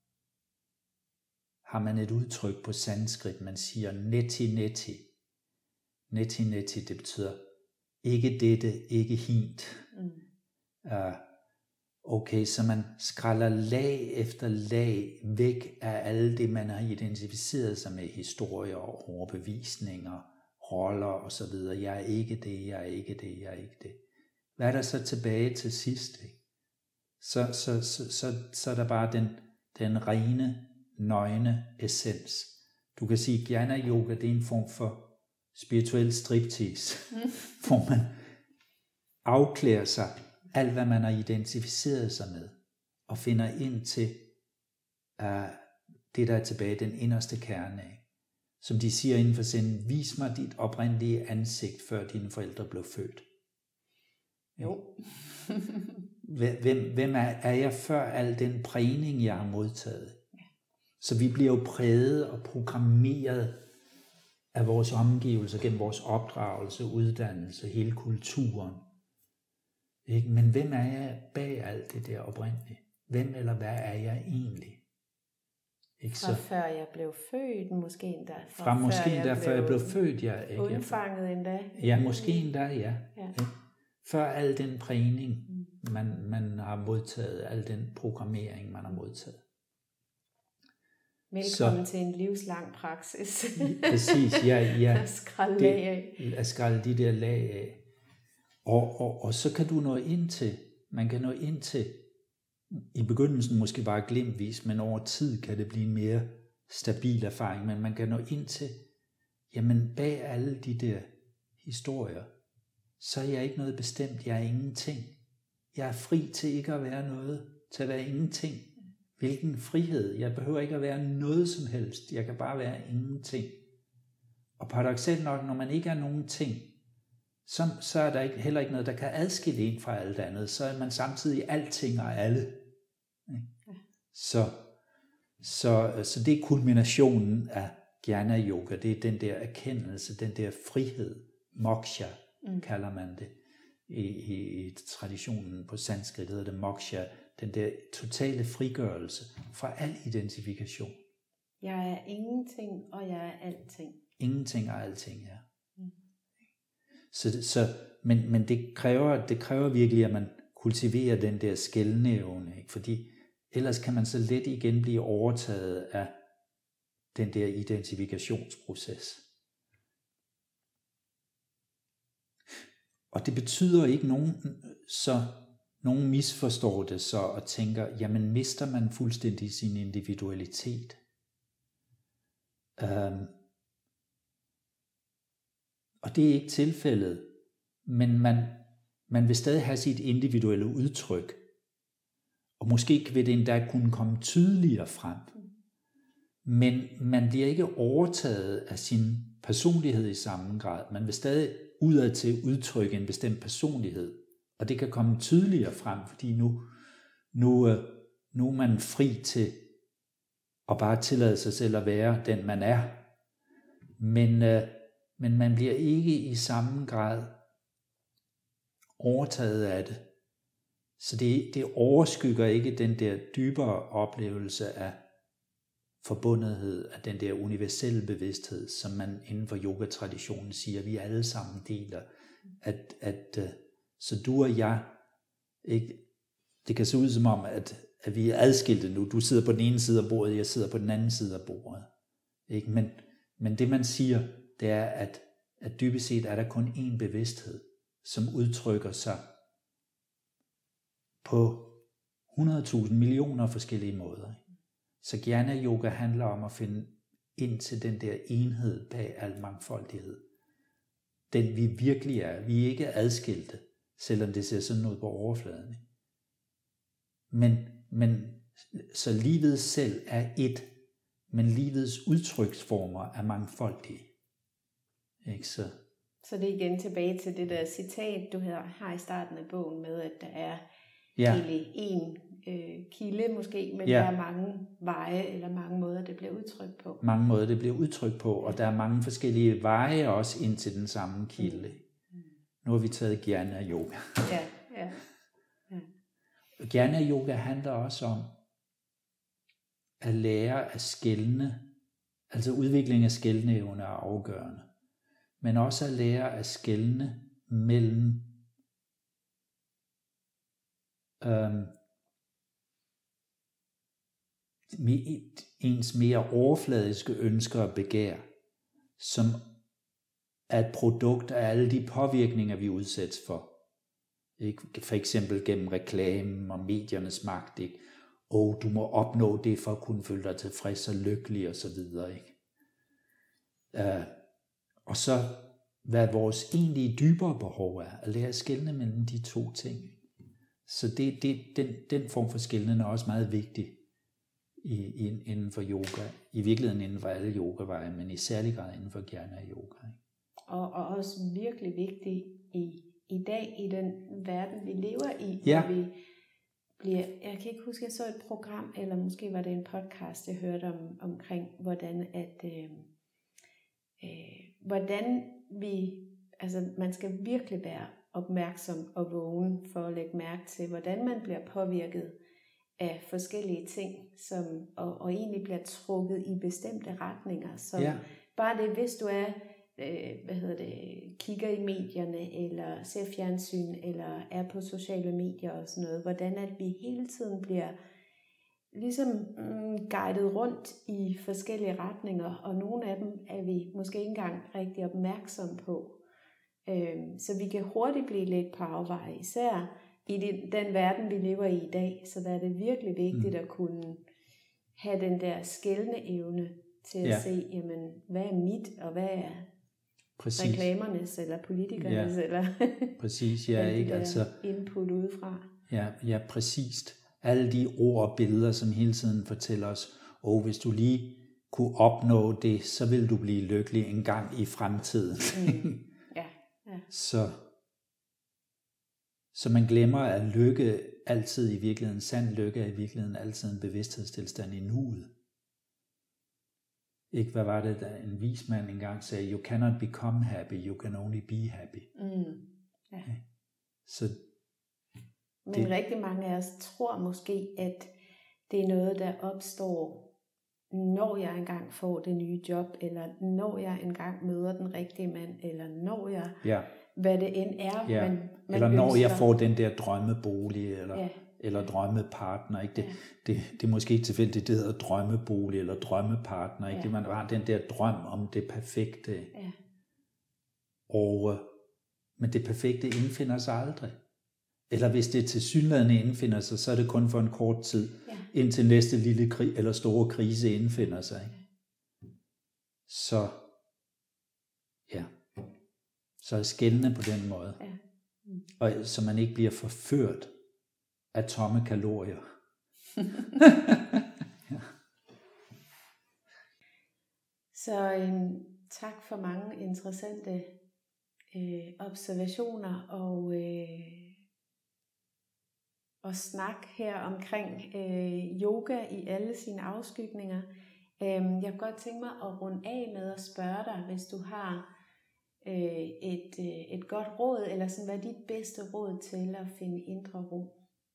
har man et udtryk på sanskrit, man siger neti neti. Neti neti, det betyder ikke dette, ikke hint. Mm. Uh, okay, så man skræller lag efter lag væk af alle det, man har identificeret sig med, historier og overbevisninger, roller og så videre. Jeg er ikke det, jeg er ikke det, jeg er ikke det. Hvad er der så tilbage til sidst? Ikke? Så, så, så, så, så er der bare den, den rene, nøgne essens. Du kan sige, at Jnana Yoga, det er en form for spirituel striptease, mm. hvor man afklæder sig alt, hvad man har identificeret sig med, og finder ind til uh, det, der er tilbage, den inderste kerne af. Som de siger inden for Zen, vis mig dit oprindelige ansigt, før dine forældre blev født. Jo. hvem, hvem er, er jeg før al den prægning, jeg har modtaget. Så vi bliver jo præget og programmeret af vores omgivelser, gennem vores opdragelse, uddannelse, hele kulturen. Ikke? Men hvem er jeg bag alt det der oprindeligt? Hvem eller hvad er jeg egentlig? Ikke så? Fra før jeg blev født, måske endda. Fra, fra måske endda, før jeg blev født, ja. Ikke? Undfanget endda. Ja, måske endda, ja. ja. Før al den prægning, mm. man, man har modtaget, al den programmering, man har modtaget. Velkommen så, til en livslang praksis. Præcis, ja. ja. At skralde lag af. At skralde de der lag af. Og, og, og så kan du nå ind til, man kan nå ind til, i begyndelsen måske bare glimtvis, men over tid kan det blive en mere stabil erfaring, men man kan nå ind til, jamen bag alle de der historier, så er jeg ikke noget bestemt, jeg er ingenting. Jeg er fri til ikke at være noget, til at være ingenting. Hvilken frihed, jeg behøver ikke at være noget som helst, jeg kan bare være ingenting. Og paradoksalt nok, når man ikke er nogen ting, så, så er der ikke, heller ikke noget, der kan adskille en fra alt andet, så er man samtidig alting og alle. Så, så, så det er kulminationen af Jnana Yoga, det er den der erkendelse, den der frihed, moksha mm. kalder man det. I, i, i traditionen på sanskrit hedder det moksha, den der totale frigørelse fra al identifikation. Jeg er ingenting, og jeg er alting. Ingenting og alting, ja. Mm. Så, så, men men det, kræver, det kræver virkelig, at man kultiverer den der skelneevne, ikke? Fordi ellers kan man så let igen blive overtaget af den der identifikationsproces. Og det betyder ikke, nogen, så nogen misforstår det så og tænker, jamen mister man fuldstændig sin individualitet. Um, og det er ikke tilfældet, men man, man vil stadig have sit individuelle udtryk. Og måske vil det endda kunne komme tydeligere frem. Men man bliver ikke overtaget af sin personlighed i samme grad. Man vil stadig udad til udtrykke en bestemt personlighed. Og det kan komme tydeligere frem, fordi nu, nu, nu er man fri til at bare tillade sig selv at være den, man er. Men, men man bliver ikke i samme grad overtaget af det. Så det, det overskygger ikke den der dybere oplevelse af forbundethed, af den der universelle bevidsthed, som man inden for yogatraditionen siger, vi alle sammen deler. At, at, så du og jeg, ikke, det kan se ud som om, at, at vi er adskilte nu. Du sidder på den ene side af bordet, jeg sidder på den anden side af bordet. Ikke? Men, men det man siger, det er, at, at dybest set er der kun én bevidsthed, som udtrykker sig på hundrede tusind millioner forskellige måder. Så Jnana Yoga handler om at finde ind til den der enhed bag al mangfoldighed. Den vi virkelig er. Vi er ikke adskilte, selvom det ser sådan ud på overfladen. Men, men så livet selv er et, men livets udtryksformer er mangfoldige. Ikke så? Så det er igen tilbage til det der citat, du har i starten af bogen med, at der er ja. egentlig en øh, kilde måske, men ja. der er mange veje eller mange måder, det bliver udtrykt på. Mange måder, det bliver udtrykt på, og der er mange forskellige veje også ind til den samme kilde. Mm. Nu har vi taget Jnana Yoga. Ja, ja. ja. Jnana Yoga handler også om at lære at skelne, altså udvikling af skelneevne er afgørende, men også at lære at skelne mellem øhm, ens mere overfladiske ønsker og begær, som er et produkt af alle de påvirkninger, vi udsættes for. Ikke? For eksempel gennem reklamen og mediernes magt. Ikke? Og du må opnå det for at kunne føle dig tilfreds og lykkelig og så videre. Ikke? Uh, og så hvad vores egentlige dybere behov er, at lære at skelne mellem de to ting. Så det, det, den, den form for skelnen er også meget vigtig i, i, inden for yoga. I virkeligheden inden for alle yogaveje, men i særlig grad inden for Jnana Yoga. Og, og også virkelig vigtig i, i dag, i den verden, vi lever i, ja. hvor vi bliver, jeg kan ikke huske, jeg så et program, eller måske var det en podcast, jeg hørte om, omkring, hvordan at, øh, øh, hvordan vi, altså man skal virkelig være opmærksom og vågen for at lægge mærke til, hvordan man bliver påvirket af forskellige ting, som, og, og egentlig bliver trukket i bestemte retninger. Så ja. Bare det, hvis du er, øh, hvad hedder det, kigger i medierne, eller ser fjernsyn, eller er på sociale medier og sådan noget, hvordan at vi hele tiden bliver ligesom mm, guidet rundt i forskellige retninger, og nogle af dem er vi måske ikke engang rigtig opmærksom på. Øh, så vi kan hurtigt blive lidt på afveje, især i den verden, vi lever i i dag, så der er det virkelig vigtigt mm. at kunne have den der skelne evne til at ja. se, jamen, hvad er mit, og hvad er præcis. Reklamernes, eller politikernes, ja. eller præcis, ja, ikke? Altså, input udefra. Ja, ja, præcist. Alle de ord og billeder, som hele tiden fortæller os, og hvis du lige kunne opnå det, så vil du blive lykkelig en gang i fremtiden. Mm. Ja, ja. Så Så man glemmer, at lykke altid i virkeligheden, sand lykke er i virkeligheden altid en bevidsthedstilstand i nuet. Ikke, hvad var det, der en vis mand engang sagde, you cannot become happy, you can only be happy. Mm. Ja. Okay. Så Men det, rigtig mange af os tror måske, at det er noget, der opstår, når jeg engang får det nye job, eller når jeg engang møder den rigtige mand, eller når jeg... Ja. Hvad det end er, ja. man, man eller når ønsker. Jeg får den der drømmebolig, eller, ja. eller drømmepartner. Ikke? Det, ja. det, det er måske ikke tilfældigt, det hedder drømmebolig, eller drømmepartner. Ikke? Ja. Det, man har den der drøm om det perfekte. Ja. Og, men det perfekte indfinder sig aldrig. Eller hvis det tilsyneladende indfinder sig, så er det kun for en kort tid, ja. indtil næste lille krig, eller store krise indfinder sig. Ikke? Så, ja. Så er skældende på den måde. Ja. Mm. Og så man ikke bliver forført af tomme kalorier. ja. Så øhm, tak for mange interessante øh, observationer og, øh, og snak her omkring øh, yoga i alle sine afskygninger. Øh, jeg kunne godt tænke mig at runde af med at spørge dig, hvis du har Et, et godt råd, eller sådan, hvad er dit bedste råd til at finde indre ro?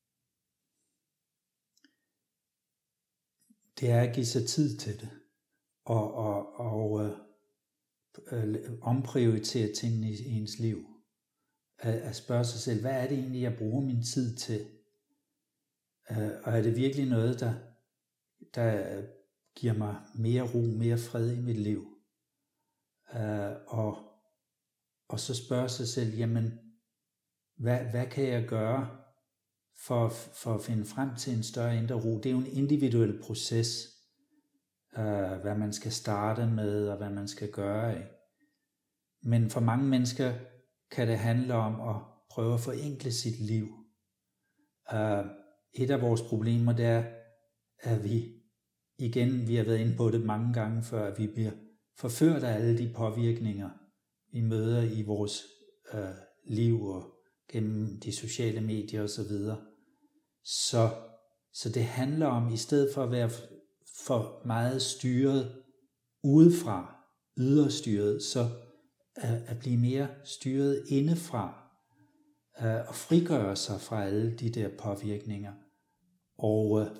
Det er at give sig tid til det, og, og, og øh, omprioritere tingene i ens liv. At, at spørge sig selv, hvad er det egentlig, jeg bruger min tid til? Øh, og er det virkelig noget, der, der giver mig mere ro, mere fred i mit liv? Øh, og Og så spørge sig selv, jamen, hvad, hvad kan jeg gøre for, for at finde frem til en større indre ro? Det er jo en individuel proces, uh, hvad man skal starte med, og hvad man skal gøre. Ikke? Men for mange mennesker kan det handle om at prøve at forenkle sit liv. Uh, et af vores problemer, det er, at vi, igen, vi har været inde på det mange gange før, at vi bliver forført af alle de påvirkninger, vi møder i vores øh, liv og gennem de sociale medier og så videre. Så, så det handler om, i stedet for at være for meget styret udefra, yderstyret, så øh, at blive mere styret indefra øh, og frigøre sig fra alle de der påvirkninger. Og øh,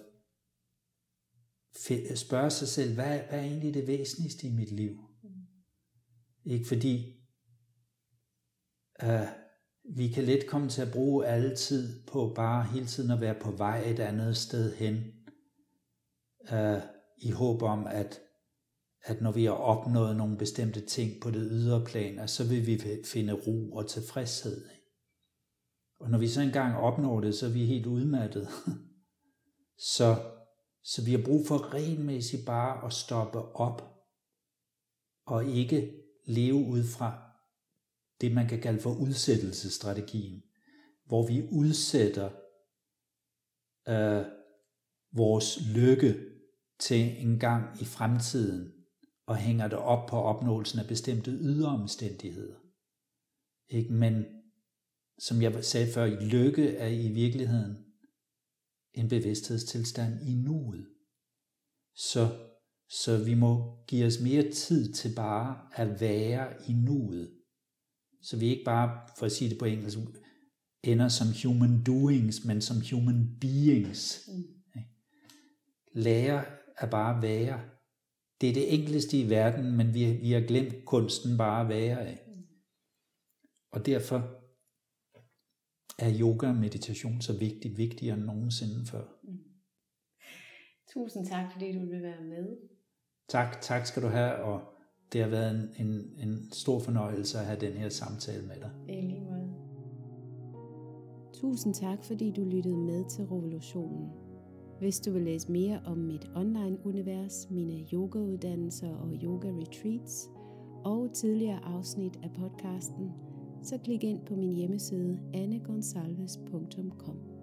spørge sig selv, hvad, hvad er egentlig det væsentligste i mit liv? Ikke fordi uh, vi kan let komme til at bruge alle tid på bare hele tiden at være på vej et andet sted hen, uh, i håb om, at, at når vi har opnået nogle bestemte ting på det ydre plan, så vil vi finde ro og tilfredshed. Og når vi så engang opnår det, så er vi helt udmattet. så, så vi har brug for regelmæssigt bare at stoppe op og ikke leve ud fra det, man kan kalde for udsættelsesstrategien, hvor vi udsætter øh, vores lykke til en gang i fremtiden og hænger det op på opnåelsen af bestemte ydre omstændigheder. Ikke? Men som jeg sagde før, lykke er i virkeligheden en bevidsthedstilstand i nuet. Så, så vi må give os mere tid til bare at være i nuet. Så vi ikke bare, for at sige det på engelsk, ender som human doings, men som human beings. Mm. Lære at bare være. Det er det enkleste i verden, men vi, vi har glemt kunsten bare at være af. Mm. Og derfor er yoga og meditation så vigtigt, vigtigere end nogensinde før. Mm. Tusind tak, fordi du vil være med. Tak, tak skal du have, og det har været en, en, en stor fornøjelse at have den her samtale med dig. I lige måde. Tusind tak, fordi du lyttede med til Revolutionen. Hvis du vil læse mere om mit online-univers, mine yogauddannelser og yoga-retreats og tidligere afsnit af podcasten, så klik ind på min hjemmeside anne gonsalves punktum com.